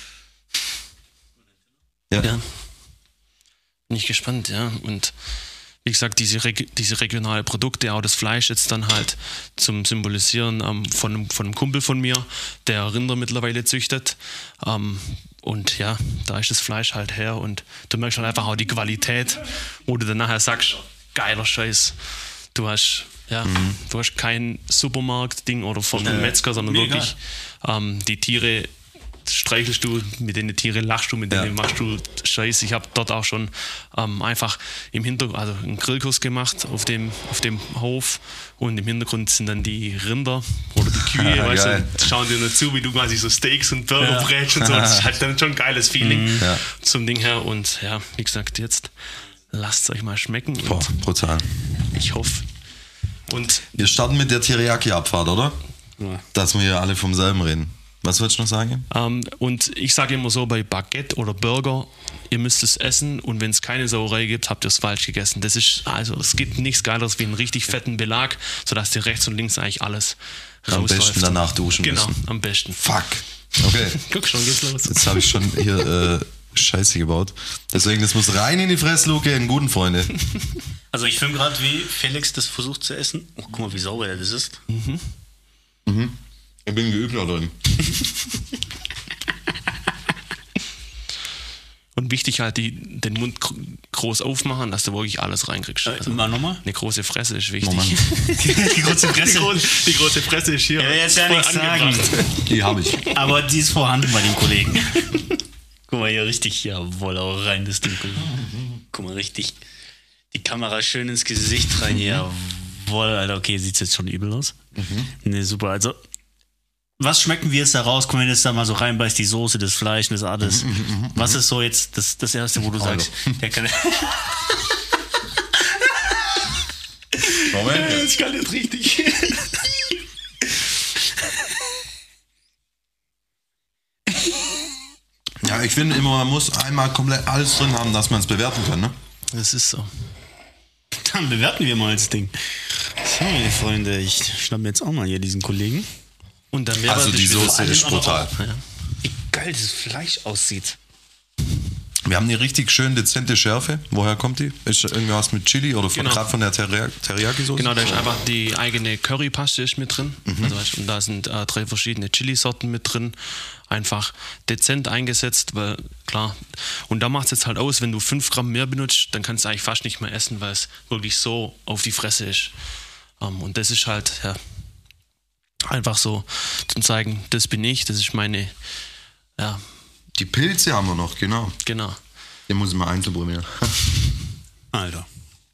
Ja. ja. Bin ich gespannt, ja. Und wie gesagt, diese, Reg diese regionale Produkte, auch das Fleisch jetzt dann halt zum Symbolisieren ähm, von, einem- von einem Kumpel von mir, der Rinder mittlerweile züchtet. Ähm, und ja, da ist das Fleisch halt her und du merkst halt einfach auch die Qualität, wo du dann nachher sagst, geiler Scheiß. Du hast, ja, Mhm. du hast kein Supermarkt-Ding oder von einem Äh, Metzger, sondern mir wirklich ähm, die Tiere streichelst du, mit den Tieren lachst du, mit denen Ja. machst du Scheiß. Ich habe dort auch schon ähm, einfach im Hintergrund, also einen Grillkurs gemacht auf dem, auf dem Hof und im Hintergrund sind dann die Rinder oder die Kühe, weißt Geil. du, schauen dir nur zu, wie du quasi so Steaks und Burger brätst und so. Das ist halt dann schon ein geiles Feeling Ja. zum Ding her und ja, wie gesagt, jetzt lasst es euch mal schmecken und Boah, brutal. ich hoffe. Und Wir starten mit der Teriyaki-Abfahrt, oder? Ja. Dass wir hier alle vom selben reden. Was wolltest du noch sagen? Ähm, und ich sage immer so, bei Baguette oder Burger, ihr müsst es essen und wenn es keine Sauerei gibt, habt ihr es falsch gegessen. Das ist, also es gibt nichts Geileres wie einen richtig fetten Belag, sodass dir rechts und links eigentlich alles Am rausläuft. besten danach duschen Genau, müssen. am besten. Fuck. Okay. Guck, schon geht's los. Jetzt habe ich schon hier äh, Scheiße gebaut. Deswegen, das muss rein in die Fressluke, in guten Freunde. Also ich filme gerade, wie Felix das versucht zu essen. Oh, guck mal, wie sauber er das ist. Ich bin geübt da drin. Und wichtig halt, die, den Mund gr- groß aufmachen, dass du wirklich alles reinkriegst. Äh, mal nochmal? Eine große Fresse ist wichtig. Moment. Die große Die, Fresse. große, die große Fresse ist hier. Er will jetzt ja voll nichts sagen. angebracht. Die habe ich. Aber die ist vorhanden bei den Kollegen. Guck mal hier richtig, jawohl, auch rein das Ding. Guck mal, richtig die Kamera schön ins Gesicht rein. Jawohl, Alter, okay, sieht jetzt schon übel aus. Ne, super. Also, was schmecken wir jetzt da raus? Guck mal, wenn du jetzt da mal so reinbeißt, die Soße, das Fleisch, das alles. Was ist so jetzt das, das Erste, wo du sagst, der kann... Moment. Das kann jetzt richtig. Ja, ich finde immer, man muss einmal komplett alles drin haben, dass man es bewerten kann, ne? Das ist so. Dann bewerten wir mal das Ding. So, meine Freunde, ich schnapp mir jetzt auch mal hier diesen Kollegen. Und dann Also Mehrwert die ist wieder- Soße ist brutal. Ja. Wie geil das Fleisch aussieht. Wir haben eine richtig schön dezente Schärfe. Woher kommt die? Ist irgendwas mit Chili oder Genau. gerade von der Teriyaki-Soße? Genau, da ist einfach die eigene Currypaste ist mit drin. Mhm. Also, weißt, und da sind äh, drei verschiedene Chili-Sorten mit drin. Einfach dezent eingesetzt, weil klar. Und da macht es jetzt halt aus, wenn du fünf Gramm mehr benutzt, dann kannst du eigentlich fast nicht mehr essen, weil es wirklich so auf die Fresse ist. Ähm, und das ist halt, ja, einfach so zum zeigen, das bin ich, das ist meine, ja. Die Pilze haben wir noch, genau. Genau. Den muss ich mal einzuprobieren. Alter.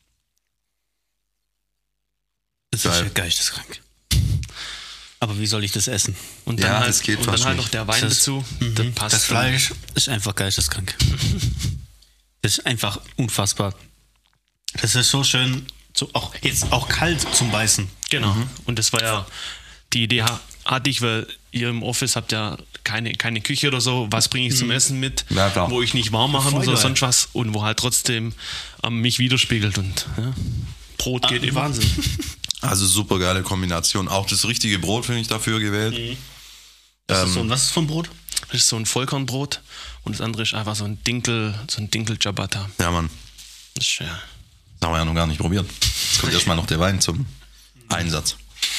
Das Geil. ist ja geisteskrank. Aber wie soll ich das essen? Und dann Ja, halt, das geht und fast dann halt nicht. noch der Wein Das- dazu. Mhm. Das passt. Das Fleisch ist einfach geisteskrank. Das ist einfach unfassbar. Das ist so schön, so auch jetzt auch kalt zum Beißen. Genau. Und das war ja, die Idee ha- hatte ich, weil ihr im Office habt ja keine, keine Küche oder so. Was bringe ich zum Essen mit, Ja, klar. wo ich nicht warm machen Voll muss oder geil. sonst was und wo halt trotzdem ähm, mich widerspiegelt. Und ja, Brot geht immer. Wahnsinn. Also super geile Kombination. Auch das richtige Brot finde ich dafür gewählt. Mhm. Das Ähm, ist so ein, was ist für ein Brot? Das ist so ein Vollkornbrot und das andere ist einfach so ein Dinkel, so ein Dinkel-Ciabatta. Ja, Mann. Das ist, ja. Das haben wir ja noch gar nicht probiert. Jetzt kommt erstmal noch der Wein zum Einsatz.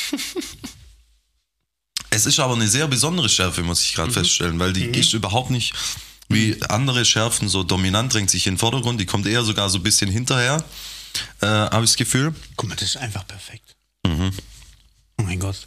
Es ist aber eine sehr besondere Schärfe, muss ich gerade feststellen, weil die ist überhaupt nicht wie andere Schärfen so dominant, drängt sich in den Vordergrund. Die kommt eher sogar so ein bisschen hinterher, äh, habe ich das Gefühl. Guck mal, das ist einfach perfekt. Mhm. Oh mein Gott.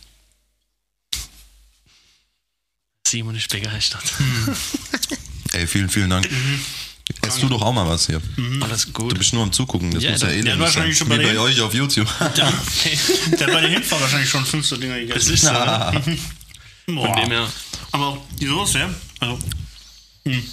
Simon ist begeistert. Ey, vielen, vielen Dank. Ess du doch auch mal was hier. Alles Du gut. bist nur am Zugucken, das Ja, muss ja da- eh der nicht sein. wahrscheinlich schon Wie bei bei den- euch auf YouTube. Der hat bei der Hinfahrt wahrscheinlich schon fünfzehn Dinger gegessen. Das ist so, ne? Boah. Von dem her. Aber auch die Soße, also. hm.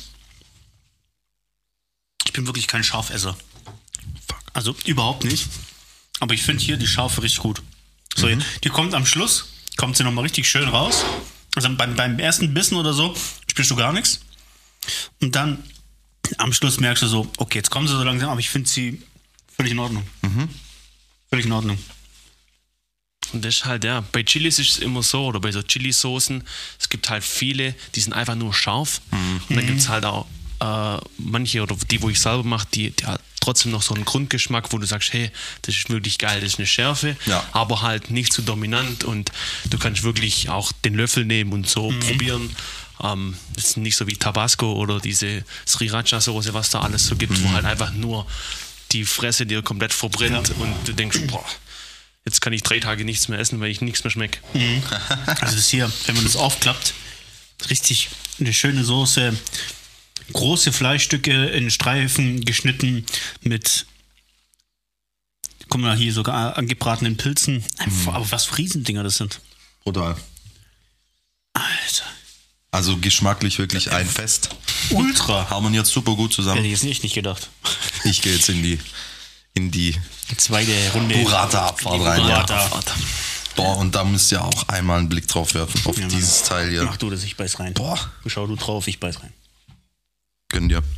Ich bin wirklich kein Scharfesser. Also überhaupt nicht. Aber ich finde hier die Schärfe richtig gut. So, Mhm. die kommt am Schluss, kommt sie nochmal richtig schön raus. Also beim, beim ersten Bissen oder so spürst du gar nichts. Und dann am Schluss merkst du so, okay, jetzt kommen sie so langsam, aber ich finde sie völlig in Ordnung. Mhm. Völlig in Ordnung. Und das ist halt, ja, bei Chilis ist es immer so, oder bei so Chili-Soßen, es gibt halt viele, die sind einfach nur scharf. Und dann gibt es halt auch äh, manche, oder die, wo ich selber mache, die, die halt trotzdem noch so einen Grundgeschmack, wo du sagst, hey, das ist wirklich geil, das ist eine Schärfe, Ja. aber halt nicht zu dominant und du kannst wirklich auch den Löffel nehmen und so probieren. Ähm, das ist nicht so wie Tabasco oder diese Sriracha-Soße, was da alles so gibt, wo halt einfach nur die Fresse dir komplett verbrennt und du denkst, boah, jetzt kann ich drei Tage nichts mehr essen, weil ich nichts mehr schmecke. Also das ist hier, wenn man das aufklappt, richtig eine schöne Soße, große Fleischstücke in Streifen geschnitten mit, guck mal hier sogar angebratenen Pilzen. Einfach, aber was für Riesendinger das sind. Brutal. Alter. Also geschmacklich wirklich ein Fest. Ultra. Harmoniert super gut Hätte zusammen. ich jetzt nicht, nicht gedacht. Ich gehe jetzt in die in die Zweite Runde. Burrata-Abfahrt rein. Ja. Burrata. Boah, und da müsst ihr auch einmal einen Blick drauf werfen, auf Ja, Mann. dieses Teil hier. Mach du das, ich beiß rein. Boah. Schau du drauf, ich beiß rein. Gönn dir.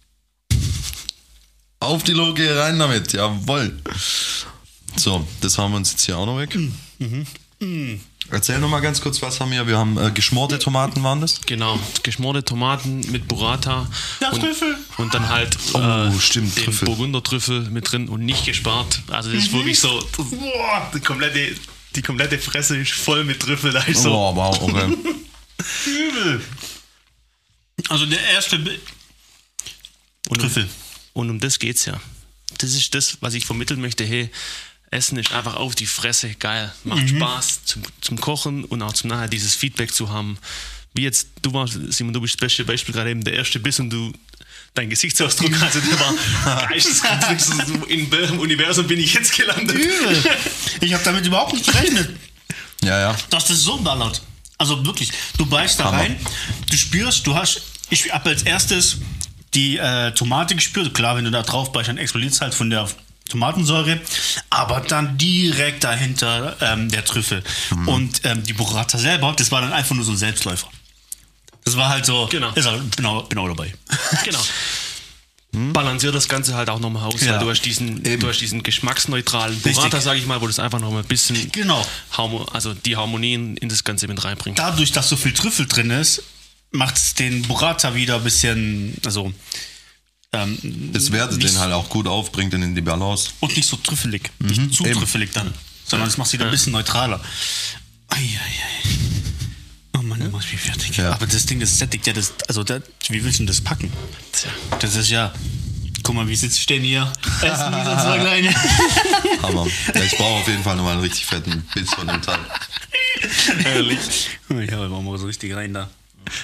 Auf die Loge rein damit, jawohl. So, das haben wir uns jetzt hier auch noch weg. Erzähl noch mal ganz kurz, was haben wir? Wir haben äh, geschmorte Tomaten, waren das? Genau, geschmorte Tomaten mit Burrata Ja, und, Trüffel. und dann halt Oh, äh, stimmt, den Trüffel. Burgundertrüffel mit drin und nicht gespart. Also das ist wirklich so, boah, die komplette, die komplette Fresse ist voll mit Trüffel. Da ist so, Oh, wow, okay. Übel. Also der erste Bi- und, um, Trüffel. und um das geht's ja. Das ist das, was ich vermitteln möchte. Hey, Essen ist einfach auf die Fresse, geil, macht Spaß zum, zum Kochen und auch zum nachher dieses Feedback zu haben. Wie jetzt, du warst, Simon, du bist das beste Beispiel, gerade eben der erste Biss und du, dein Gesichtsausdruck, also der war geisteskrank. In welchem Universum bin ich jetzt gelandet? Übel. Ich habe damit überhaupt nicht gerechnet, Ja, ja. dass das so ballert. Also wirklich, du beißt da Hammer. rein, du spürst, du hast, ich habe als erstes die äh, Tomate gespürt. Klar, wenn du da drauf beißt, dann explodiert es halt von der Tomatensäure, aber dann direkt dahinter ähm, der Trüffel. Und ähm, die Burrata selber, das war dann einfach nur so ein Selbstläufer. Das war halt so, Genau. ist halt genau, genau dabei. Genau. Balanciert das Ganze halt auch nochmal aus, Ja. weil du hast diesen, du hast diesen geschmacksneutralen Richtig. Burrata, sage ich mal, wo das einfach nochmal ein bisschen Genau. Harmo- also die Harmonien in das Ganze mit reinbringt. Dadurch, dass so viel Trüffel drin ist, macht es den Burrata wieder ein bisschen, also Ähm, das wertet den halt auch gut auf, bringt den in die Balance. Und nicht so trüffelig. Mhm. Nicht zu Eben. trüffelig dann. Sondern es macht sie dann ein bisschen neutraler. Eieiei. Oh Mann, du machst mich fertig. Ja. Aber das Ding, das sättigt ja das. Also, das, wie willst du denn das packen? Das ist ja. Guck mal, wie sitzt stehen hier? Essen wie so zwei kleine. Hammer. Ja, ich brauche auf jeden Fall nochmal einen richtig fetten Biss von dem Teil. Ehrlich. Ich habe aber mal so richtig rein da.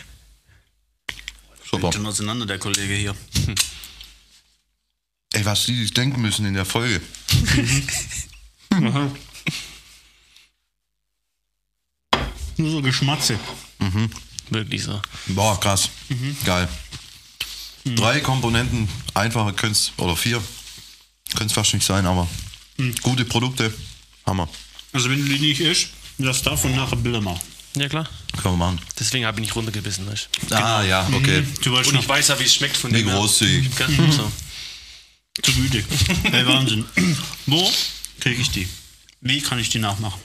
Super. Schon auseinander, der Kollege hier. Ey, was die sich denken müssen in der Folge. Mhm. Nur so Geschmatze. Mhm. Wirklich so. Boah, krass. Mhm. Geil. Mhm. Drei Komponenten, einfache können es, oder vier, können es fast nicht sein, aber mhm. gute Produkte, Hammer. Also wenn du die nicht isst, lass davon nachher Bilder machen. Ja, klar. Können wir machen. Deswegen habe ich nicht runtergebissen. Weißt? Ah, genau. Ja, okay. Mhm. Und ich weiß ja, wie es schmeckt von wie dem. Wie großzügig. Mhm. So. Zu gütig. Hey, Wahnsinn. Wo kriege ich die? Wie kann ich die nachmachen?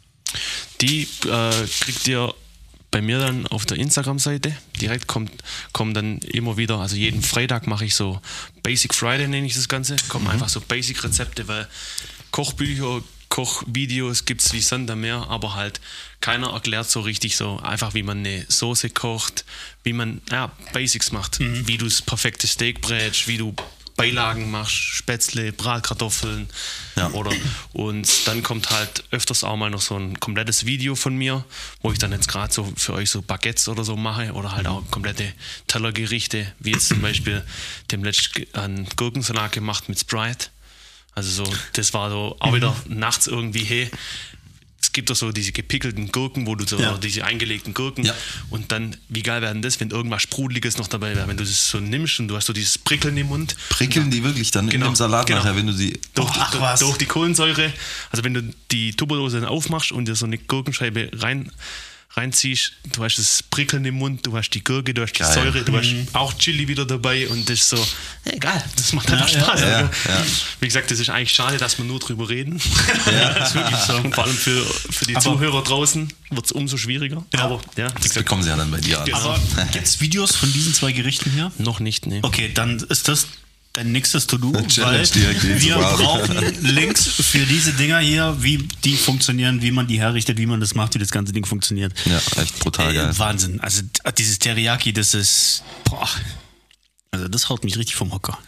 Die äh, kriegt ihr bei mir dann auf der Instagram-Seite. Direkt kommt, kommen dann immer wieder, also jeden Freitag mache ich so Basic Friday, nenne ich das Ganze. Kommen mhm. einfach so Basic-Rezepte, weil Kochbücher, Kochvideos gibt es wie Sand am Meer, aber halt keiner erklärt so richtig so einfach, wie man eine Soße kocht, wie man ja, Basics macht, mhm. wie du das perfekte Steak brätst, wie du Beilagen machst, Spätzle, Bratkartoffeln ja. oder und dann kommt halt öfters auch mal noch so ein komplettes Video von mir, wo ich dann jetzt gerade so für euch so Baguettes oder so mache oder halt auch komplette Tellergerichte, wie jetzt zum Beispiel dem letzten einen Gurkensalat gemacht mit Sprite. Also so, das war so auch wieder nachts irgendwie, hey, es gibt doch so diese gepickelten Gurken, wo du so, ja. diese eingelegten Gurken ja. und dann, wie geil wäre denn das, wenn irgendwas Sprudeliges noch dabei wäre, wenn du das so nimmst und du hast so dieses Prickeln im Mund. Prickeln die wirklich dann genau. in dem Salat genau. nachher, wenn du die... Durch, Ach, durch, was. durch die Kohlensäure, also wenn du die Tupperdose dann aufmachst und dir so eine Gurkenscheibe rein... reinziehst, du hast das Prickeln im Mund, du hast die Gurke, du hast die Geil. Säure, du hast mhm. auch Chili wieder dabei und das ist so, egal, das macht einfach ja, Spaß. Ja, also, ja. Wie gesagt, das ist eigentlich schade, dass wir nur drüber reden. Ja. Das ist wirklich so. Und vor allem für, für die aber Zuhörer draußen wird es umso schwieriger. Ja. Aber ja, das bekommen sie ja dann bei dir an. Aber gibt es Videos von diesen zwei Gerichten hier? Noch nicht, ne. Okay, dann ist das dein nächstes To-Do, weil wir wir brauchen Links für diese Dinger hier, wie die funktionieren, wie man die herrichtet, wie man das macht, wie das ganze Ding funktioniert. Ja, echt brutal geil. Äh, Wahnsinn. Also dieses Teriyaki, das ist, boah, also das haut mich richtig vom Hocker.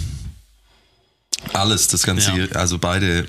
Alles, das Ganze, ja. also beide,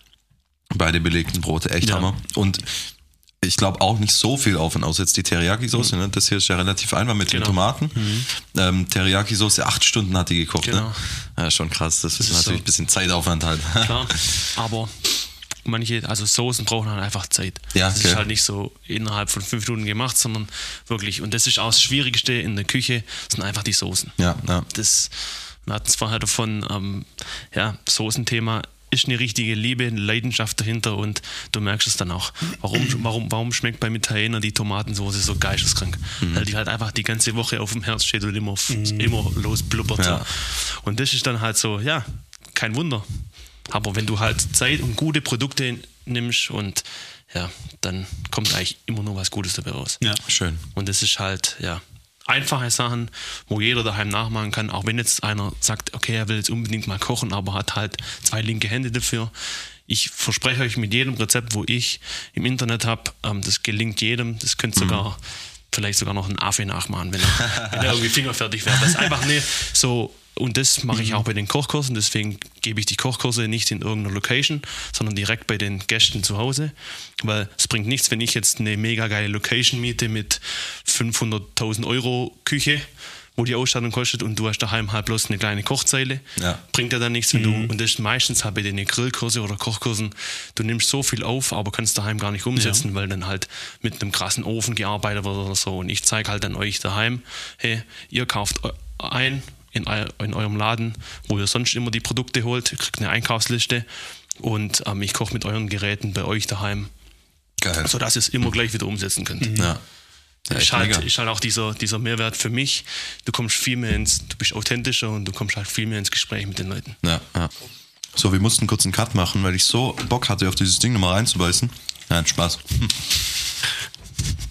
beide belegten Brote, echt ja. Hammer. Und ich glaube auch nicht so viel Aufwand, außer jetzt die Teriyaki-Soße. Mhm. Ne? Das hier ist ja relativ einfach mit genau. den Tomaten. Mhm. Ähm, Teriyaki-Soße, acht Stunden hat die gekocht. Genau. Ne? Ja, schon krass. Das, das ist natürlich so ein bisschen Zeitaufwand halt. Klar, aber manche, also Soßen brauchen halt einfach Zeit. Ja, das okay. ist halt nicht so innerhalb von fünf Minuten gemacht, sondern wirklich, und das ist auch das Schwierigste in der Küche, sind einfach die Soßen. Ja, ja. Das, wir hatten es vorher davon, ähm, ja, Soßenthema ist eine richtige Liebe, eine Leidenschaft dahinter und du merkst es dann auch. Warum, warum, warum schmeckt beim Italiener die Tomatensoße so geisteskrank? Mhm. Weil die halt einfach die ganze Woche auf dem Herz steht und immer, mhm. immer losblubbert. Ja. Und das ist dann halt so, ja, kein Wunder. Aber wenn du halt Zeit und gute Produkte nimmst und ja, dann kommt eigentlich immer nur was Gutes dabei raus. Ja, schön. Und das ist halt, ja, einfache Sachen, wo jeder daheim nachmachen kann, auch wenn jetzt einer sagt, okay, er will jetzt unbedingt mal kochen, aber hat halt zwei linke Hände dafür. Ich verspreche euch mit jedem Rezept, wo ich im Internet habe, ähm, das gelingt jedem, das könnt ihr mhm. sogar, vielleicht sogar noch einen Affe nachmachen, wenn er, wenn er irgendwie fingerfertig wäre. Das ist einfach nicht so, und das mache ich auch bei den Kochkursen, deswegen gebe ich die Kochkurse nicht in irgendeiner Location, sondern direkt bei den Gästen zu Hause, weil es bringt nichts, wenn ich jetzt eine mega geile Location miete mit fünfhunderttausend Euro Küche, wo die Ausstattung kostet und du hast daheim halt bloß eine kleine Kochzeile, ja. bringt ja dann nichts, wenn mhm. du, und das ist meistens halt bei den Grillkurse oder Kochkursen, du nimmst so viel auf, aber kannst daheim gar nicht umsetzen, ja. weil dann halt mit einem krassen Ofen gearbeitet wird oder so, und ich zeige halt dann euch daheim, hey, ihr kauft ein, In, in eurem Laden, wo ihr sonst immer die Produkte holt, ihr kriegt eine Einkaufsliste und ähm, ich koche mit euren Geräten bei euch daheim, Geil. sodass ihr es immer gleich wieder umsetzen könnt. Mhm. Ja. Ja, ist, halt, ist halt auch dieser, dieser Mehrwert für mich. Du kommst viel mehr ins, du bist authentischer und du kommst halt viel mehr ins Gespräch mit den Leuten. Ja, ja. So, wir mussten kurz einen Cut machen, weil ich so Bock hatte, auf dieses Ding nochmal reinzubeißen. Ja, Spaß.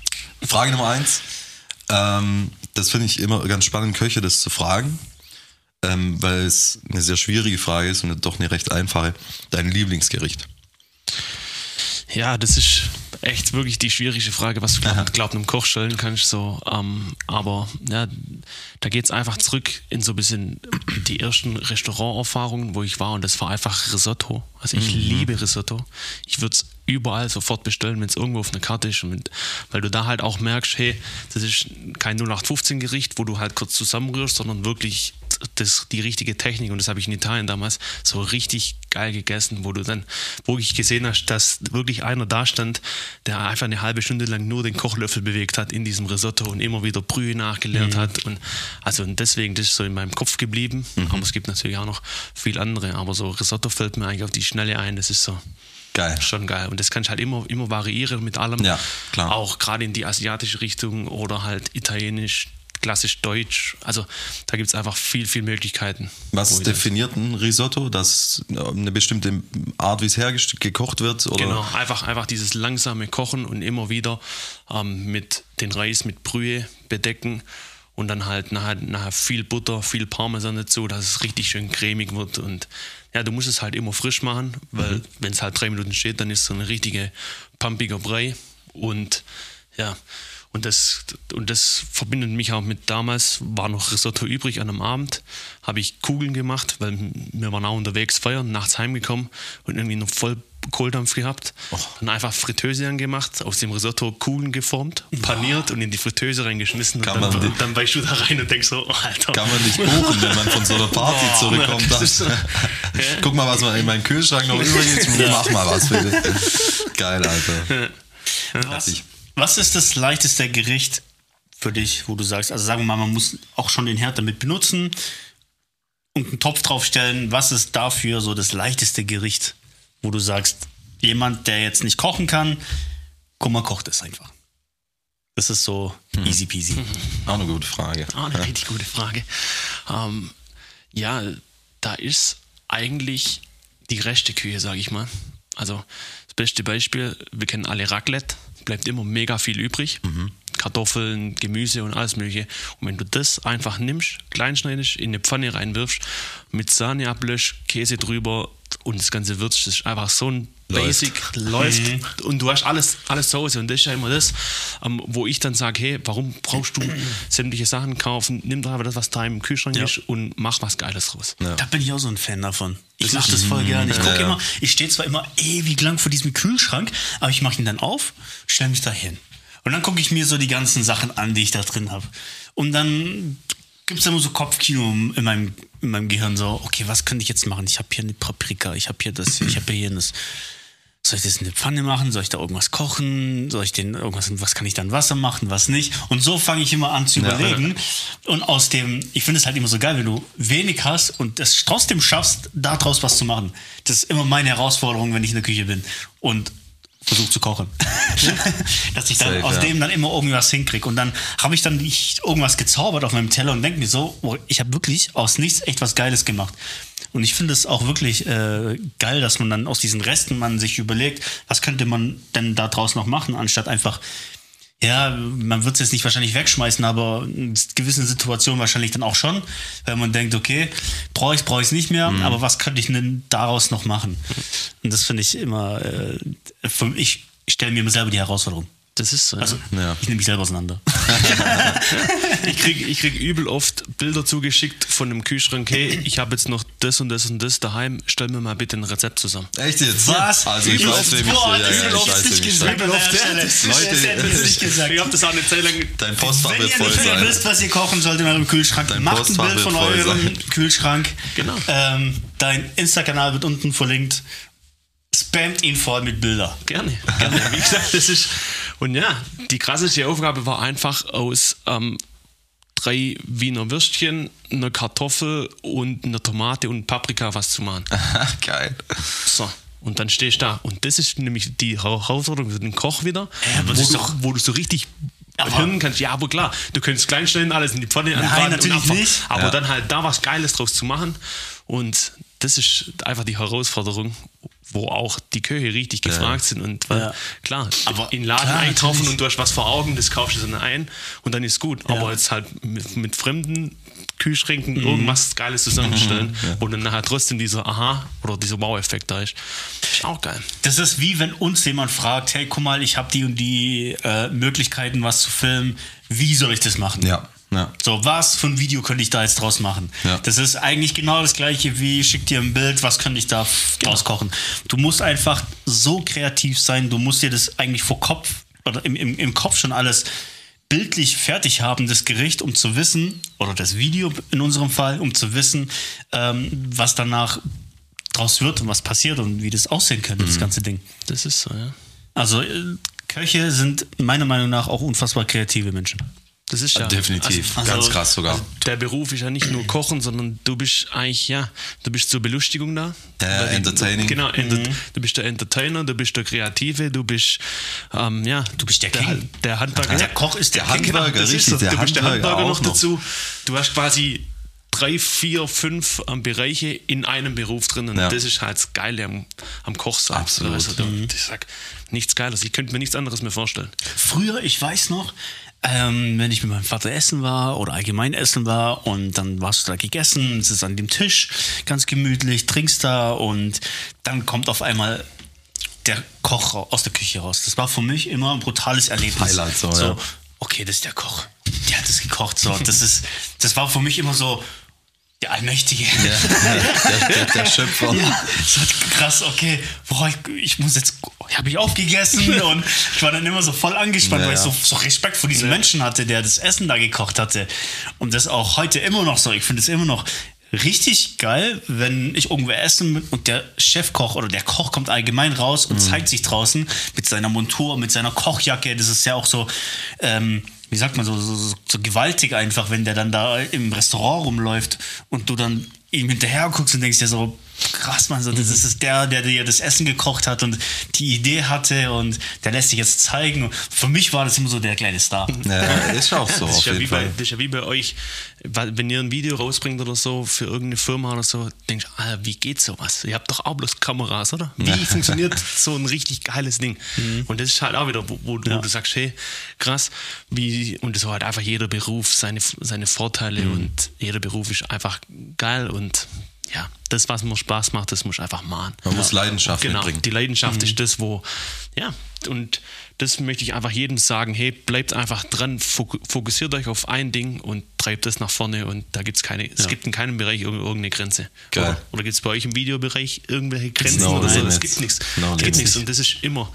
Frage Nummer eins. Ähm, das finde ich immer ganz spannend, Köche das zu fragen. ähm, weil es eine sehr schwierige Frage ist und doch eine recht einfache. Dein Lieblingsgericht? Ja, das ist echt wirklich die schwierigste Frage, was du glaub, glaub einem Koch stellen kannst. So, ähm, aber ja, da geht es einfach zurück in so ein bisschen die ersten Restauranterfahrungen, wo ich war, und das war einfach Risotto. Also ich mhm. liebe Risotto. Ich würde es überall sofort bestellen, wenn es irgendwo auf einer Karte ist, und mit, weil du da halt auch merkst, hey, das ist kein null acht fünfzehn Gericht, wo du halt kurz zusammenrührst, sondern wirklich das, die richtige Technik, und das habe ich in Italien damals so richtig geil gegessen, wo du dann wirklich gesehen hast, dass wirklich einer da stand, der einfach eine halbe Stunde lang nur den Kochlöffel bewegt hat in diesem Risotto und immer wieder Brühe nachgelernt mhm. hat, und also und deswegen, das ist so in meinem Kopf geblieben, mhm. aber es gibt natürlich auch noch viel andere, aber so Risotto fällt mir eigentlich auf die Schnelle ein, das ist so geil. Schon geil. Und das kann ich halt immer, immer variieren mit allem. Ja, klar. Auch gerade in die asiatische Richtung oder halt italienisch, klassisch deutsch. Also da gibt es einfach viel, viel Möglichkeiten. Was definiert ein Risotto? Das eine bestimmte Art, wie es hergekocht wird? Oder? Genau, einfach, einfach dieses langsame Kochen und immer wieder ähm, mit den Reis mit Brühe bedecken. Und dann halt nachher, nachher viel Butter, viel Parmesan dazu, dass es richtig schön cremig wird. Und ja, du musst es halt immer frisch machen, weil mhm. wenn es halt drei Minuten steht, dann ist es so eine richtige pumpiger Brei. Und ja, und das, und das verbindet mich auch mit damals, war noch Risotto übrig an einem Abend, habe ich Kugeln gemacht, weil wir waren auch unterwegs feiern, nachts heimgekommen und irgendwie noch voll Kohldampf gehabt. Oh. Dann einfach Fritteuse angemacht, aus dem Risotto Kugeln geformt, paniert oh. und in die Fritteuse reingeschmissen. Kann und dann, man dann weichst du da rein und denkst so, oh, Alter. Kann man nicht buchen, wenn man von so einer Party oh, zurückkommt. Das so. Guck mal, was in meinem Kühlschrank noch übrig ist. Ja. Mach mal was, bitte. Geil, Alter. Was, was ist das leichteste Gericht für dich, wo du sagst, also sagen wir mal, man muss auch schon den Herd damit benutzen und einen Topf draufstellen. Was ist dafür so das leichteste Gericht, wo du sagst, jemand, der jetzt nicht kochen kann, guck mal, kocht es einfach. Das ist so hm. easy peasy. Mhm. Auch eine gute Frage. Auch eine ja. richtig gute Frage. Ähm, ja, da ist eigentlich die Resteküche, sage ich mal. Also das beste Beispiel, wir kennen alle Raclette, bleibt immer mega viel übrig. Mhm. Kartoffeln, Gemüse und alles mögliche. Und wenn du das einfach nimmst, kleinschneidest, in eine Pfanne reinwirfst, mit Sahne ablöscht, Käse drüber und das Ganze würzt, das ist einfach so ein Basic, läuft, läuft. Mhm. Und du hast alles, alles zu Hause. Und das ist ja immer das, ähm, wo ich dann sage, hey, warum brauchst du sämtliche Sachen kaufen? Nimm doch einfach das, was da im Kühlschrank ja. ist, und mach was Geiles draus. Ja. Da bin ich auch so ein Fan davon. Ich mache das voll gerne. Ich gucke ja, ja. immer, ich stehe zwar immer ewig lang vor diesem Kühlschrank, aber ich mache ihn dann auf, stelle mich da hin. Und dann gucke ich mir so die ganzen Sachen an, die ich da drin habe. Und dann gibt es immer so Kopfkino in meinem, in meinem Gehirn, so, okay, was könnte ich jetzt machen? Ich habe hier eine Paprika, ich habe hier das, ich habe hier jenes. Soll ich das in eine Pfanne machen? Soll ich da irgendwas kochen? Soll ich den irgendwas, was kann ich dann Wasser machen, was nicht? Und so fange ich immer an zu überlegen. Ja. Und aus dem, ich finde es halt immer so geil, wenn du wenig hast und es trotzdem schaffst, daraus was zu machen. Das ist immer meine Herausforderung, wenn ich in der Küche bin und versuche zu kochen. Dass ich dann Safe, aus ja. dem dann immer irgendwas hinkriege. Und dann habe ich dann nicht irgendwas gezaubert auf meinem Teller und denke mir so, oh, ich habe wirklich aus nichts echt was Geiles gemacht. Und ich finde es auch wirklich äh, geil, dass man dann aus diesen Resten man sich überlegt, was könnte man denn da draus noch machen, anstatt einfach, ja, man wird es jetzt nicht wahrscheinlich wegschmeißen, aber in gewissen Situationen wahrscheinlich dann auch schon, weil man denkt, okay, brauche ich es, brauche ich es nicht mehr, mhm. aber was könnte ich denn daraus noch machen? Und das finde ich immer, äh, für, ich stelle mir selber die Herausforderung. Das ist so. Also, ja. ich nehme mich selber auseinander. ich kriege ich krieg übel oft Bilder zugeschickt von einem Kühlschrank. Hey, ich habe jetzt noch das und das und das daheim. Stell mir mal bitte ein Rezept zusammen. Echt jetzt? Was? Also ich weiß, wem ich Ich habe das auch eine Zeit lang. Dein Postfach wird voll sein. Wenn ihr wisst, was ihr kochen sollt in eurem Kühlschrank, Dein macht ein Bild von eurem sein. Kühlschrank. Genau. Ähm, dein Insta-Kanal wird unten verlinkt. Spammt ihn voll mit Bildern. Gerne, gerne. Wie gesagt, das ist. Und ja, die krasseste Aufgabe war einfach aus ähm, drei Wiener Würstchen, einer Kartoffel und einer Tomate und Paprika was zu machen. Geil. So, und dann stehst du da. Und das ist nämlich die Herausforderung für den Koch wieder, ja, wo, du, doch, wo du so richtig hören kannst. Ja, aber klar, du könntest kleinstellen, alles in die Pfanne anbraten. Natürlich und nicht. Aber ja. dann halt da was Geiles draus zu machen. Und das ist einfach die Herausforderung wo auch die Köche richtig gefragt ja. sind. Und weil, ja. klar, aber in den Laden klar, einkaufen natürlich. und du hast was vor Augen, das kaufst du dann ein und dann ist gut. Ja. Aber jetzt halt mit, mit fremden Kühlschränken mhm. irgendwas Geiles zusammenstellen, mhm. ja. wo dann nachher trotzdem dieser Aha- oder dieser Wow-Effekt da ist. Ist auch geil. Das ist wie wenn uns jemand fragt, hey, guck mal, ich habe die und die äh, Möglichkeiten, was zu filmen. Wie soll ich das machen? Ja. Ja. So, was für ein Video könnte ich da jetzt draus machen? Ja. Das ist eigentlich genau das gleiche wie, schick dir ein Bild, was könnte ich da genau. draus kochen? Du musst einfach so kreativ sein, du musst dir das eigentlich vor Kopf oder im, im, im Kopf schon alles bildlich fertig haben, das Gericht, um zu wissen, oder das Video in unserem Fall, um zu wissen, ähm, was danach draus wird und was passiert und wie das aussehen könnte, mhm. das ganze Ding. Das ist so, ja. Also, äh, Köche sind meiner Meinung nach auch unfassbar kreative Menschen. Das ist ja definitiv also, ganz krass sogar. Also der Beruf ist ja nicht nur Kochen, sondern du bist eigentlich, ja, du bist zur Belustigung da. Ja, die, entertaining. Genau, mhm. du bist der Entertainer, du bist der Kreative, du bist, ähm, ja, du bist der King. Der, der Handwerker. Der Koch ist der, der Handwerker, genau, richtig. So. Der du bist der Handwerker Handwerker noch noch dazu. Du hast quasi drei, vier, fünf ähm, Bereiche in einem Beruf drin und ja. das ist halt das Geile am, am Koch sein. Absolut. Also, da, ich sag, nichts Geiles. Ich könnte mir nichts anderes mehr vorstellen. Früher, ich weiß noch, Ähm, wenn ich mit meinem Vater essen war oder allgemein essen war und dann warst du da gegessen, sitzt an dem Tisch, ganz gemütlich, trinkst da und dann kommt auf einmal der Koch aus der Küche raus. Das war für mich immer ein brutales Erlebnis. Highlight so, so ja. Okay, das ist der Koch. Der hat das gekocht. So. Das, ist, das war für mich immer so der Allmächtige. Ja, der, der, der Schöpfer. Ja, so krass, okay. Boah, ich, ich muss jetzt, habe ich aufgegessen und ich war dann immer so voll angespannt, ja, weil ich so, so Respekt vor diesem ja. Menschen hatte, der das Essen da gekocht hatte. Und das auch heute immer noch so. Ich finde es immer noch richtig geil, wenn ich irgendwo essen bin und der Chefkoch oder der Koch kommt allgemein raus und mhm. zeigt sich draußen mit seiner Montur, mit seiner Kochjacke. Das ist ja auch so, ähm, wie sagt man, so, so, so gewaltig einfach, wenn der dann da im Restaurant rumläuft und du dann ihm hinterher guckst und denkst dir so, krass, man, so, das ist der, der dir das Essen gekocht hat und die Idee hatte und der lässt sich jetzt zeigen. Und für mich war das immer so der kleine Star. Ja, ist auch so. Das ist, auf ja jeden wie Fall. Bei, das ist ja wie bei euch, wenn ihr ein Video rausbringt oder so für irgendeine Firma oder so, denkst du, ah, wie geht sowas? Ihr habt doch auch bloß Kameras, oder? Wie ja. funktioniert so ein richtig geiles Ding? Mhm. Und das ist halt auch wieder, wo, wo, ja. wo du sagst, hey, krass, wie, und so hat einfach jeder Beruf seine, seine Vorteile mhm. und jeder Beruf ist einfach geil und ja, das, was mir Spaß macht, das muss ich einfach machen. Man ja. muss Leidenschaft genau, mitbringen. Die Leidenschaft mhm. ist das, wo, ja, und das möchte ich einfach jedem sagen, hey, bleibt einfach dran, fokussiert euch auf ein Ding und treibt das nach vorne und da gibt's keine, ja. es gibt in keinem Bereich irgendeine Grenze. Geil. Oder, oder gibt es bei euch im Videobereich irgendwelche Grenzen no oder so? limits. Es gibt nichts. No es gibt nichts und das ist immer,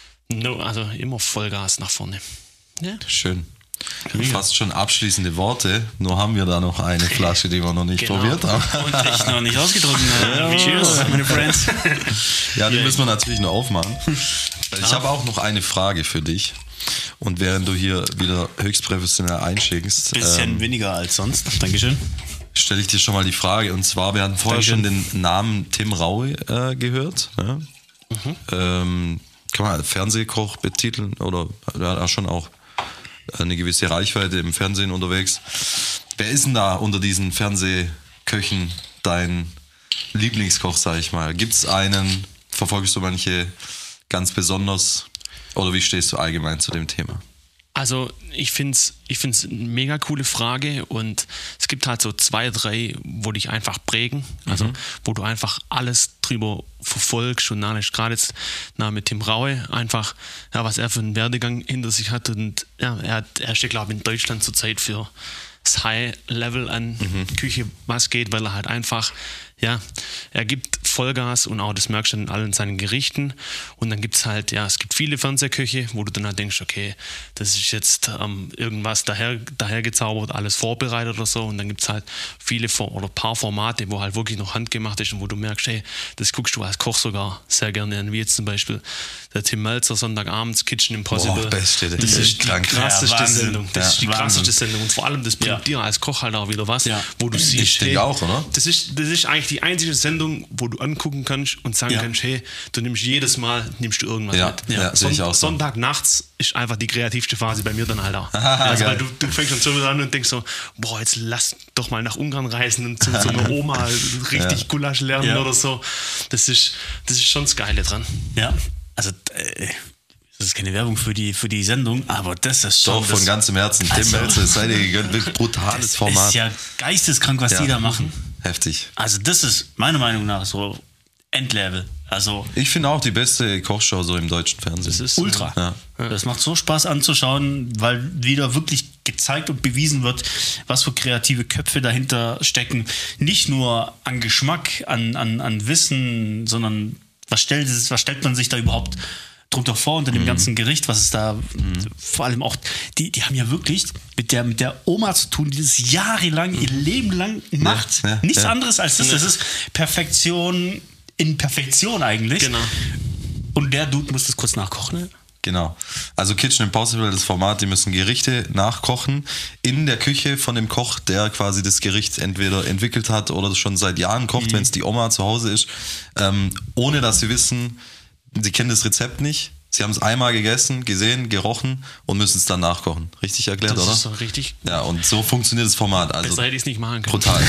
no, also immer Vollgas nach vorne. Ja. Schön. Fast schon abschließende Worte, nur haben wir da noch eine Flasche, die wir noch nicht genau. probiert haben. Und ich noch nicht ausgetrunken habe. Cheers, meine Friends. Ja, die yeah. müssen wir natürlich noch aufmachen. Ich habe auch noch eine Frage für dich. Und während du hier wieder höchst professionell einschickst. Bisschen ähm, weniger als sonst. Dankeschön. Stelle ich dir schon mal die Frage. Und zwar, wir hatten vorher Dankeschön. schon den Namen Tim Raue äh, gehört. Ja? Mhm. Ähm, kann man als Fernsehkoch betiteln? Oder ja, schon auch eine gewisse Reichweite im Fernsehen unterwegs. Wer ist denn da unter diesen Fernsehköchen dein Lieblingskoch, sag ich mal? Gibt es einen? Verfolgst du manche ganz besonders? Oder wie stehst du allgemein zu dem Thema? Also ich finde es ich find's eine mega coole Frage und es gibt halt so zwei, drei, wo dich einfach prägen, also mhm. wo du einfach alles drüber verfolgst und dann ist gerade jetzt na, mit Tim Raue einfach, ja, was er für einen Werdegang hinter sich hat und ja, er, hat, er steht, glaube ich, in Deutschland zurzeit für das High-Level an mhm. Küche, was geht, weil er halt einfach, ja, er gibt Vollgas und auch das merkst du in allen seinen Gerichten und dann gibt es halt, ja, es gibt viele Fernsehköche, wo du dann halt denkst, okay, das ist jetzt ähm, irgendwas daher, dahergezaubert, alles vorbereitet oder so und dann gibt es halt viele oder paar Formate, wo halt wirklich noch handgemacht ist und wo du merkst, hey, das guckst du als Koch sogar sehr gerne an, wie jetzt zum Beispiel der Tim Melzer Sonntagabends Kitchen Impossible. Boah, beste, das, das ist die krasseste ja, Sendung. Das ja, ist die krasseste Sendung und vor allem das bringt ja. dir als Koch halt auch wieder was, ja. wo du siehst, ich denke hey, auch, oder? Das ist, das ist eigentlich eigentlich die einzige Sendung, wo du angucken kannst und sagen Ja. kannst, hey, du nimmst jedes Mal, nimmst du irgendwas Ja, mit. ja, sehe ich auch so. Sonntag nachts ist einfach die kreativste Phase bei mir dann halt auch. Aha, also, geil. weil du, du fängst schon so wieder an und denkst so, boah, jetzt lass doch mal nach Ungarn reisen und zu so einer Oma richtig Ja. Gulasch lernen Ja. oder so. Das ist, das ist schon das Geile dran. Ja, also äh, das ist keine Werbung für die, für die Sendung, aber das ist schon... Doch, von das, ganzem Herzen. Tim Also- Melzer, es sei dir gegönnt, wirklich brutales das Format. ist ja geisteskrank, was Ja. die da machen. Heftig. Also das ist meiner Meinung nach so Endlevel. Also Ich finde auch die beste Kochshow so im deutschen Fernsehen. Das ist ultra. Ja. Das macht so Spaß anzuschauen, weil wieder wirklich gezeigt und bewiesen wird, was für kreative Köpfe dahinter stecken. Nicht nur an Geschmack, an, an, an Wissen, sondern was stellt, was stellt man sich da überhaupt drunter vor unter dem Mhm. ganzen Gericht, was ist da mhm. vor allem auch, die, die haben ja wirklich mit der, mit der Oma zu tun, die das jahrelang, ihr Leben lang macht. ja, Nichts ja. anderes als das. Das ist Perfektion in Perfektion eigentlich. Genau. Und der Dude muss das kurz nachkochen. Ne? Genau. Also Kitchen Impossible, das Format, die müssen Gerichte nachkochen in der Küche von dem Koch, der quasi das Gericht entweder entwickelt hat oder schon seit Jahren kocht, Mhm. wenn es die Oma zu Hause ist, ähm, ohne dass sie wissen, sie kennen das Rezept nicht. Sie haben es einmal gegessen, gesehen, gerochen und müssen es dann nachkochen. Richtig erklärt, Das oder? ist so richtig. Ja, und so funktioniert das Format. Also Besser hätte ich es nicht machen können. brutal.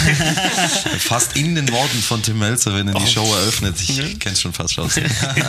Fast in den Worten von Tim Melzer, wenn er die Oh. Show eröffnet. Ich kenn's schon fast schon.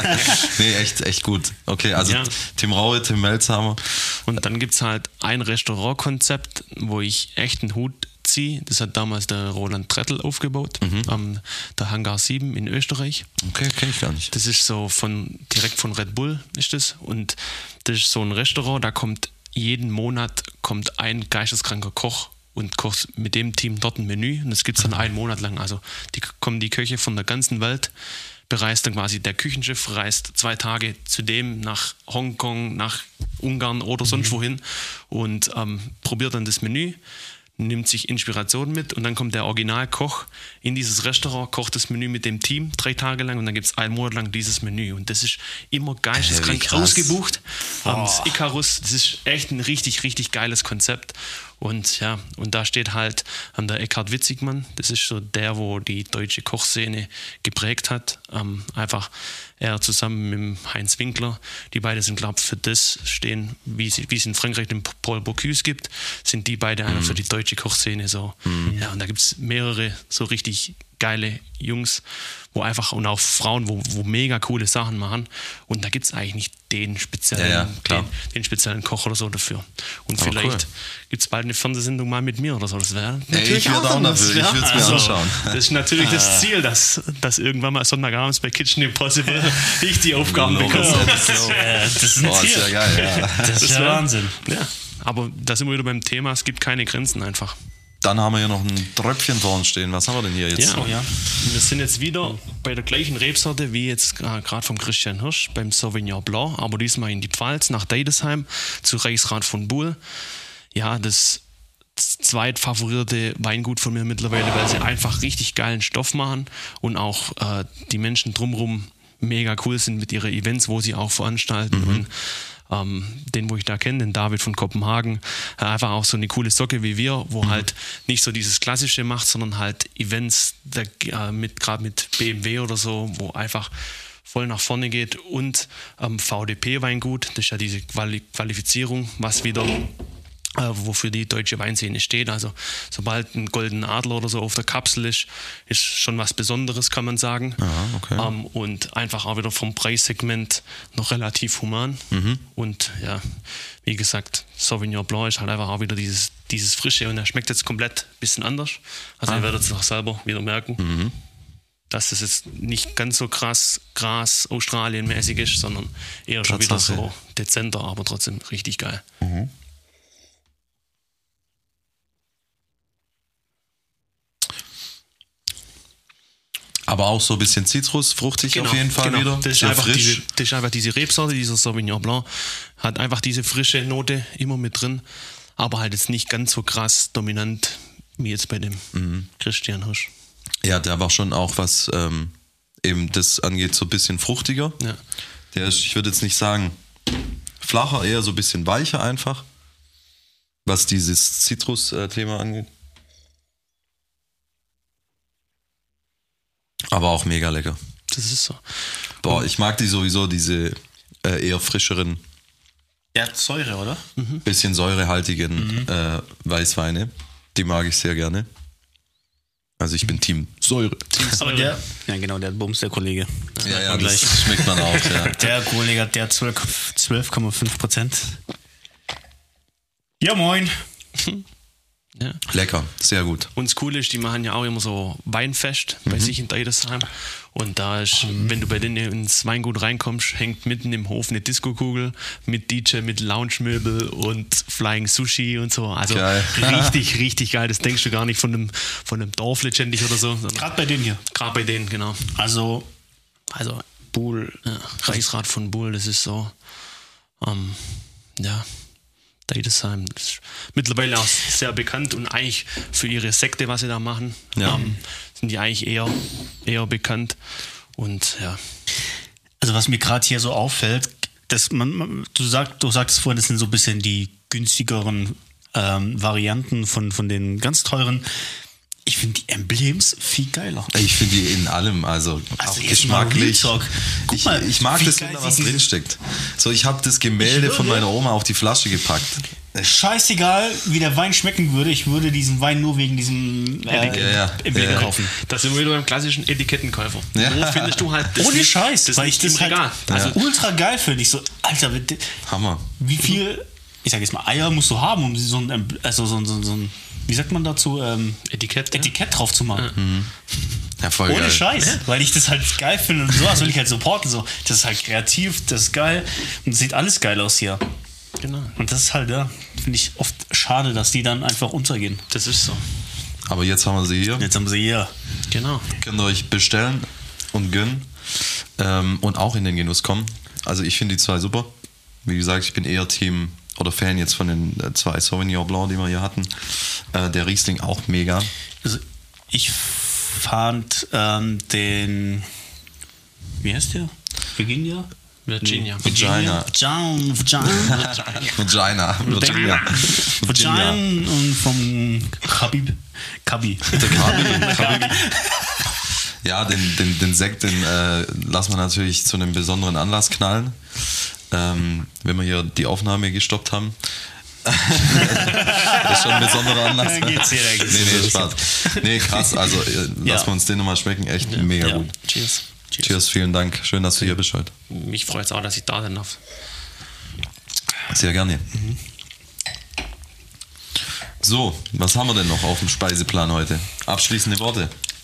Nee, echt, echt gut. Okay, also Ja. Tim Raue, Tim Melzer haben wir. Und dann gibt es halt ein Restaurantkonzept, wo ich echt einen Hut ziehe. Das hat damals der Roland Trettel aufgebaut, am der Hangar sieben in Österreich. Okay, kenne ich gar nicht. Das ist so von direkt von Red Bull ist das. Und das ist so ein Restaurant, da kommt jeden Monat kommt ein geisteskranker Koch und kocht mit dem Team dort ein Menü. Und das gibt es dann einen Monat lang. Also die kommen die Köche von der ganzen Welt, bereist dann quasi der Küchenschiff, reist zwei Tage zu dem nach Hongkong, nach Ungarn oder sonst wohin und ähm, probiert dann das Menü, nimmt sich Inspiration mit und dann kommt der Originalkoch in dieses Restaurant, kocht das Menü mit dem Team drei Tage lang und dann gibt es einen Monat lang dieses Menü und das ist immer geisteskrank Hey, wie krass. ausgebucht. Ähm, das Icarus, das ist echt ein richtig, richtig geiles Konzept und ja, und da steht halt ähm, der Eckhard Witzigmann, das ist so der, wo die deutsche Kochszene geprägt hat, ähm, einfach er zusammen mit dem Heinz Winkler, die beiden sind, glaube ich, für das stehen, wie es wie es in Frankreich den Paul Bocuse gibt, sind die beide einer für die deutsche Kochszene so. Ja, und da gibt es mehrere so richtig geile Jungs, wo einfach, und auch Frauen, wo, wo mega coole Sachen machen. Und da gibt es eigentlich nicht den speziellen, Ja, ja, klar. den, den speziellen Koch oder so dafür. Und Aber vielleicht cool. gibt es bald eine Fernsehsendung mal mit mir oder so. Das wäre Ey, ich werd auch was, dafür, ich würd's mir also, anschauen. Das ist natürlich das Ziel, dass, dass irgendwann mal Sonntagabends bei Kitchen Impossible ich die Aufgaben bekomme. Das ist ein Boah, ist Ziel. ja geil, ja. Das ist ja wär- Wahnsinn. Ja, aber da sind wir wieder beim Thema, es gibt keine Grenzen einfach. Dann haben wir hier noch ein Tröpfchen vor uns stehen. Was haben wir denn hier jetzt? Ja, Oh ja. wir sind jetzt wieder bei der gleichen Rebsorte wie jetzt äh, gerade vom Christian Hirsch beim Sauvignon Blanc, aber diesmal in die Pfalz nach Deidesheim zu Reichsrat von Buhl. Ja, das zweitfavorierte Weingut von mir mittlerweile, weil sie einfach richtig geilen Stoff machen und auch äh, die Menschen drumherum mega cool sind mit ihren Events, wo sie auch veranstalten. Und ähm, den, wo ich da kenne, den David von Kopenhagen, äh, einfach auch so eine coole Socke wie wir, wo halt nicht so dieses Klassische macht, sondern halt Events da, äh, mit gerade mit B M W oder so, wo einfach voll nach vorne geht und ähm, V D P-Weingut, das ist ja diese Quali- Qualifizierung, was wieder äh, wofür die deutsche Weinszene steht. Also sobald ein goldener Adler oder so auf der Kapsel ist, ist schon was Besonderes, kann man sagen. Aha, okay. Ähm, und einfach auch wieder vom Preissegment noch relativ human. Und ja, wie gesagt, Sauvignon Blanc ist halt einfach auch wieder dieses, dieses Frische und er schmeckt jetzt komplett ein bisschen anders. Also ihr werdet es auch selber wieder merken. Dass es jetzt nicht ganz so krass Gras Australien-mäßig ist, sondern eher schon wieder Tatsache. so dezenter, aber trotzdem richtig geil. Aber auch so ein bisschen Zitrus, fruchtig auf jeden Fall genau. wieder. Das ist, Sehr einfach frisch. diese, das ist einfach diese Rebsorte, dieser Sauvignon Blanc, hat einfach diese frische Note immer mit drin, aber halt jetzt nicht ganz so krass dominant wie jetzt bei dem Mhm. Christian Hirsch. Ja, der war schon auch, was ähm, eben das angeht, so ein bisschen fruchtiger. Ja. Der ist, ich würde jetzt nicht sagen flacher, eher so ein bisschen weicher einfach, was dieses Zitrus-Thema angeht. Aber auch mega lecker. Das ist so. Boah, ich mag die sowieso, diese äh, eher frischeren, Der hat Säure, oder? mhm. bisschen säurehaltigen mhm. äh, Weißweine. Die mag ich sehr gerne. Also ich bin Team Säure. Team Aber der, ja genau, der Bums, der Kollege. Ja, ja, das gleich. Schmeckt man auch. Ja. Der Kollege hat der zwölf Komma fünf Prozent. Ja, moin. Ja. Lecker, sehr gut. Und das Coole ist, die machen ja auch immer so Weinfest bei mhm. sich in Deidesheim. Und da ist, mhm. wenn du bei denen ins Weingut reinkommst, hängt mitten im Hof eine Disco-Kugel mit D J, mit Lounge-Möbel und Flying Sushi und so. Also geil. richtig, richtig geil. Das denkst du gar nicht von einem, von einem Dorf letztendlich oder so. Gerade bei denen hier. Gerade bei denen, genau. Also, also Buhl, ja, Reichsrat von Buhl, das ist so, ähm, ja. Deidesheim ist mittlerweile auch sehr bekannt und eigentlich für ihre Sekte, was sie da machen, ja. ähm, sind die eigentlich eher, eher bekannt. Und ja. Also was mir gerade hier so auffällt, dass man, man du, sag, du sagtest vorhin, das sind so ein bisschen die günstigeren ähm, Varianten von, von den ganz teuren. Ich finde die Emblems viel geiler. Ich finde die in allem, also, also auch geschmacklich. Ich, mal, ich mag das, wenn da was drinsteckt. So, ich habe das Gemälde von meiner Oma auf die Flasche gepackt. Scheißegal, wie der Wein schmecken würde. Ich würde diesen Wein nur wegen diesem äh, ja, ja. Emblem ja. kaufen. Das sind wir wieder beim klassischen Etikettenkäufer. Ja. Wo findest du halt das ohne nicht, Scheiß, das weil ich das halt Regal. Also ja. ultra geil finde. Ich so, Alter, Hammer. Wie viel, ich sag jetzt mal, Eier musst du haben, um so ein, also so ein, so ein, so ein wie sagt man dazu, ähm, Etikett, Etikett drauf zu machen. Mhm. Ja, voll ohne geil. Scheiß, ja. Weil ich das halt geil finde und sowas will ich halt supporten. So. Das ist halt kreativ, das ist geil und sieht alles geil aus hier. Genau. Und das ist halt, ja, finde ich oft schade, dass die dann einfach untergehen. Das ist so. Aber jetzt haben wir sie hier. Jetzt haben sie hier. Genau. Könnt ihr euch bestellen und gönnen ähm, und auch in den Genuss kommen. Also ich finde die zwei super. Wie gesagt, ich bin eher Team oder Fan jetzt von den äh, zwei Sauvignon Blanc, die wir hier hatten. Äh, der Riesling auch mega. Also ich fand ähm, den, wie heißt der? Virginia? Virginia. Vagina. Vagina. Vagina. Virginia. Vagina und vom Khabib. Kabi. Der Kabi. Kabi. Ja, den, den, den Sekt, den äh, lassen wir natürlich zu einem besonderen Anlass knallen. Ähm, wenn wir hier die Aufnahme gestoppt haben. Das ist schon ein besonderer Anlass. Da geht's hier, da geht's nee, nee, Spaß. Nee, krass. Also äh, ja. lassen wir uns den nochmal schmecken. Echt ja. mega ja. gut. Cheers. Cheers. Cheers, vielen Dank. Schön, dass du hier bist heute. Mich freut es auch, dass ich da sein darf. Sehr gerne. Mhm. So, was haben wir denn noch auf dem Speiseplan heute? Abschließende Worte.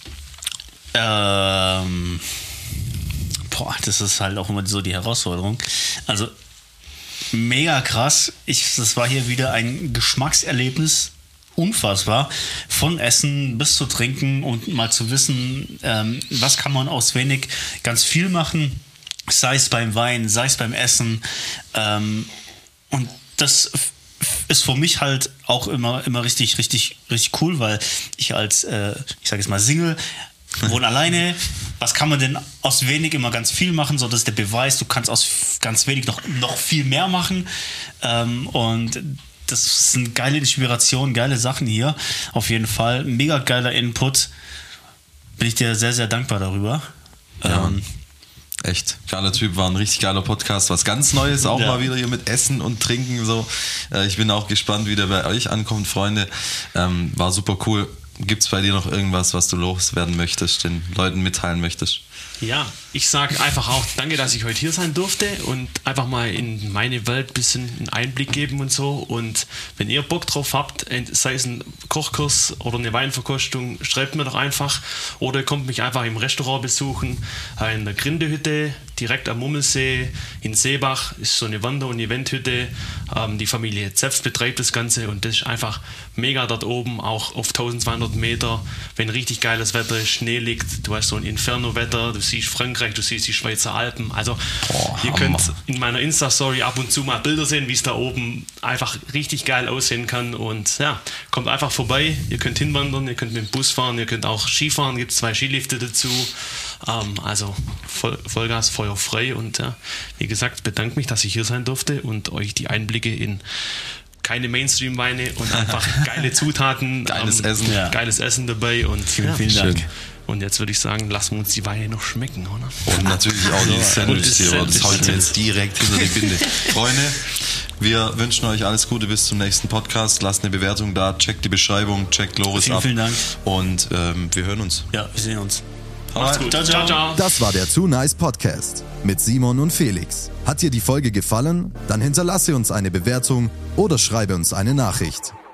Ähm, boah, das ist halt auch immer so die Herausforderung. Also, mega krass. Ich, das war hier wieder ein Geschmackserlebnis. Unfassbar. Von Essen bis zu Trinken und mal zu wissen, ähm, was kann man aus wenig ganz viel machen. Sei es beim Wein, sei es beim Essen. Ähm, und das ist für mich halt auch immer, immer richtig, richtig, richtig cool, weil ich als, äh, ich sage jetzt mal Single, wohne alleine. Was kann man denn aus wenig immer ganz viel machen? So, das ist der Beweis, du kannst aus ganz wenig noch, noch viel mehr machen. Ähm, und das sind geile Inspirationen, geile Sachen hier. Auf jeden Fall. Mega geiler Input. Bin ich dir sehr, sehr dankbar darüber. Ja, ähm, echt. Geiler Typ, war ein richtig geiler Podcast. Was ganz Neues, auch ja. mal wieder hier mit Essen und Trinken. So. Äh, ich bin auch gespannt, wie der bei euch ankommt, Freunde. Ähm, war super cool. Gibt es bei dir noch irgendwas, was du loswerden möchtest, den Leuten mitteilen möchtest? Ja, ich sage einfach auch danke, dass ich heute hier sein durfte und einfach mal in meine Welt ein bisschen einen Einblick geben und so. Und wenn ihr Bock drauf habt, sei es ein Kochkurs oder eine Weinverkostung, schreibt mir doch einfach. Oder ihr kommt mich einfach im Restaurant besuchen, in der Grindehütte, direkt am Mummelsee in Seebach, ist so eine Wander- und Eventhütte. Ähm, die Familie Zepf betreibt das Ganze und das ist einfach mega dort oben, auch auf eintausendzweihundert Meter. Wenn richtig geiles Wetter ist, Schnee liegt, du hast so ein Inferno-Wetter, du siehst Frankreich, du siehst die Schweizer Alpen. Also Boah, ihr Hammer. könnt in meiner Insta-Story ab und zu mal Bilder sehen, wie es da oben einfach richtig geil aussehen kann. Und ja, kommt einfach vorbei. Ihr könnt hinwandern, ihr könnt mit dem Bus fahren, ihr könnt auch Skifahren, gibt es zwei Skilifte dazu. Ähm, also Voll, Vollgas, Feuer frei. Und ja, wie gesagt, bedanke mich, dass ich hier sein durfte und euch die Einblicke in keine Mainstream-Weine und einfach geile Zutaten. Geiles ähm, Essen. Ja. Geiles Essen dabei. Und, Vielen, ja, vielen Dank. schön. Und jetzt würde ich sagen, lassen wir uns die Weine noch schmecken, oder? Und natürlich auch die Sandwiches hier, Sandwich. das haut mir jetzt direkt hinter die Binde. Freunde, wir wünschen euch alles Gute bis zum nächsten Podcast. Lasst eine Bewertung da, checkt die Beschreibung, checkt Loris Vielen, ab. vielen Dank. Und ähm, wir hören uns. Ja, wir sehen uns. Macht's gut. Ciao, ciao. ciao. Das war der Too Nice Podcast mit Simon und Felix. Hat dir die Folge gefallen? Dann hinterlasse uns eine Bewertung oder schreibe uns eine Nachricht.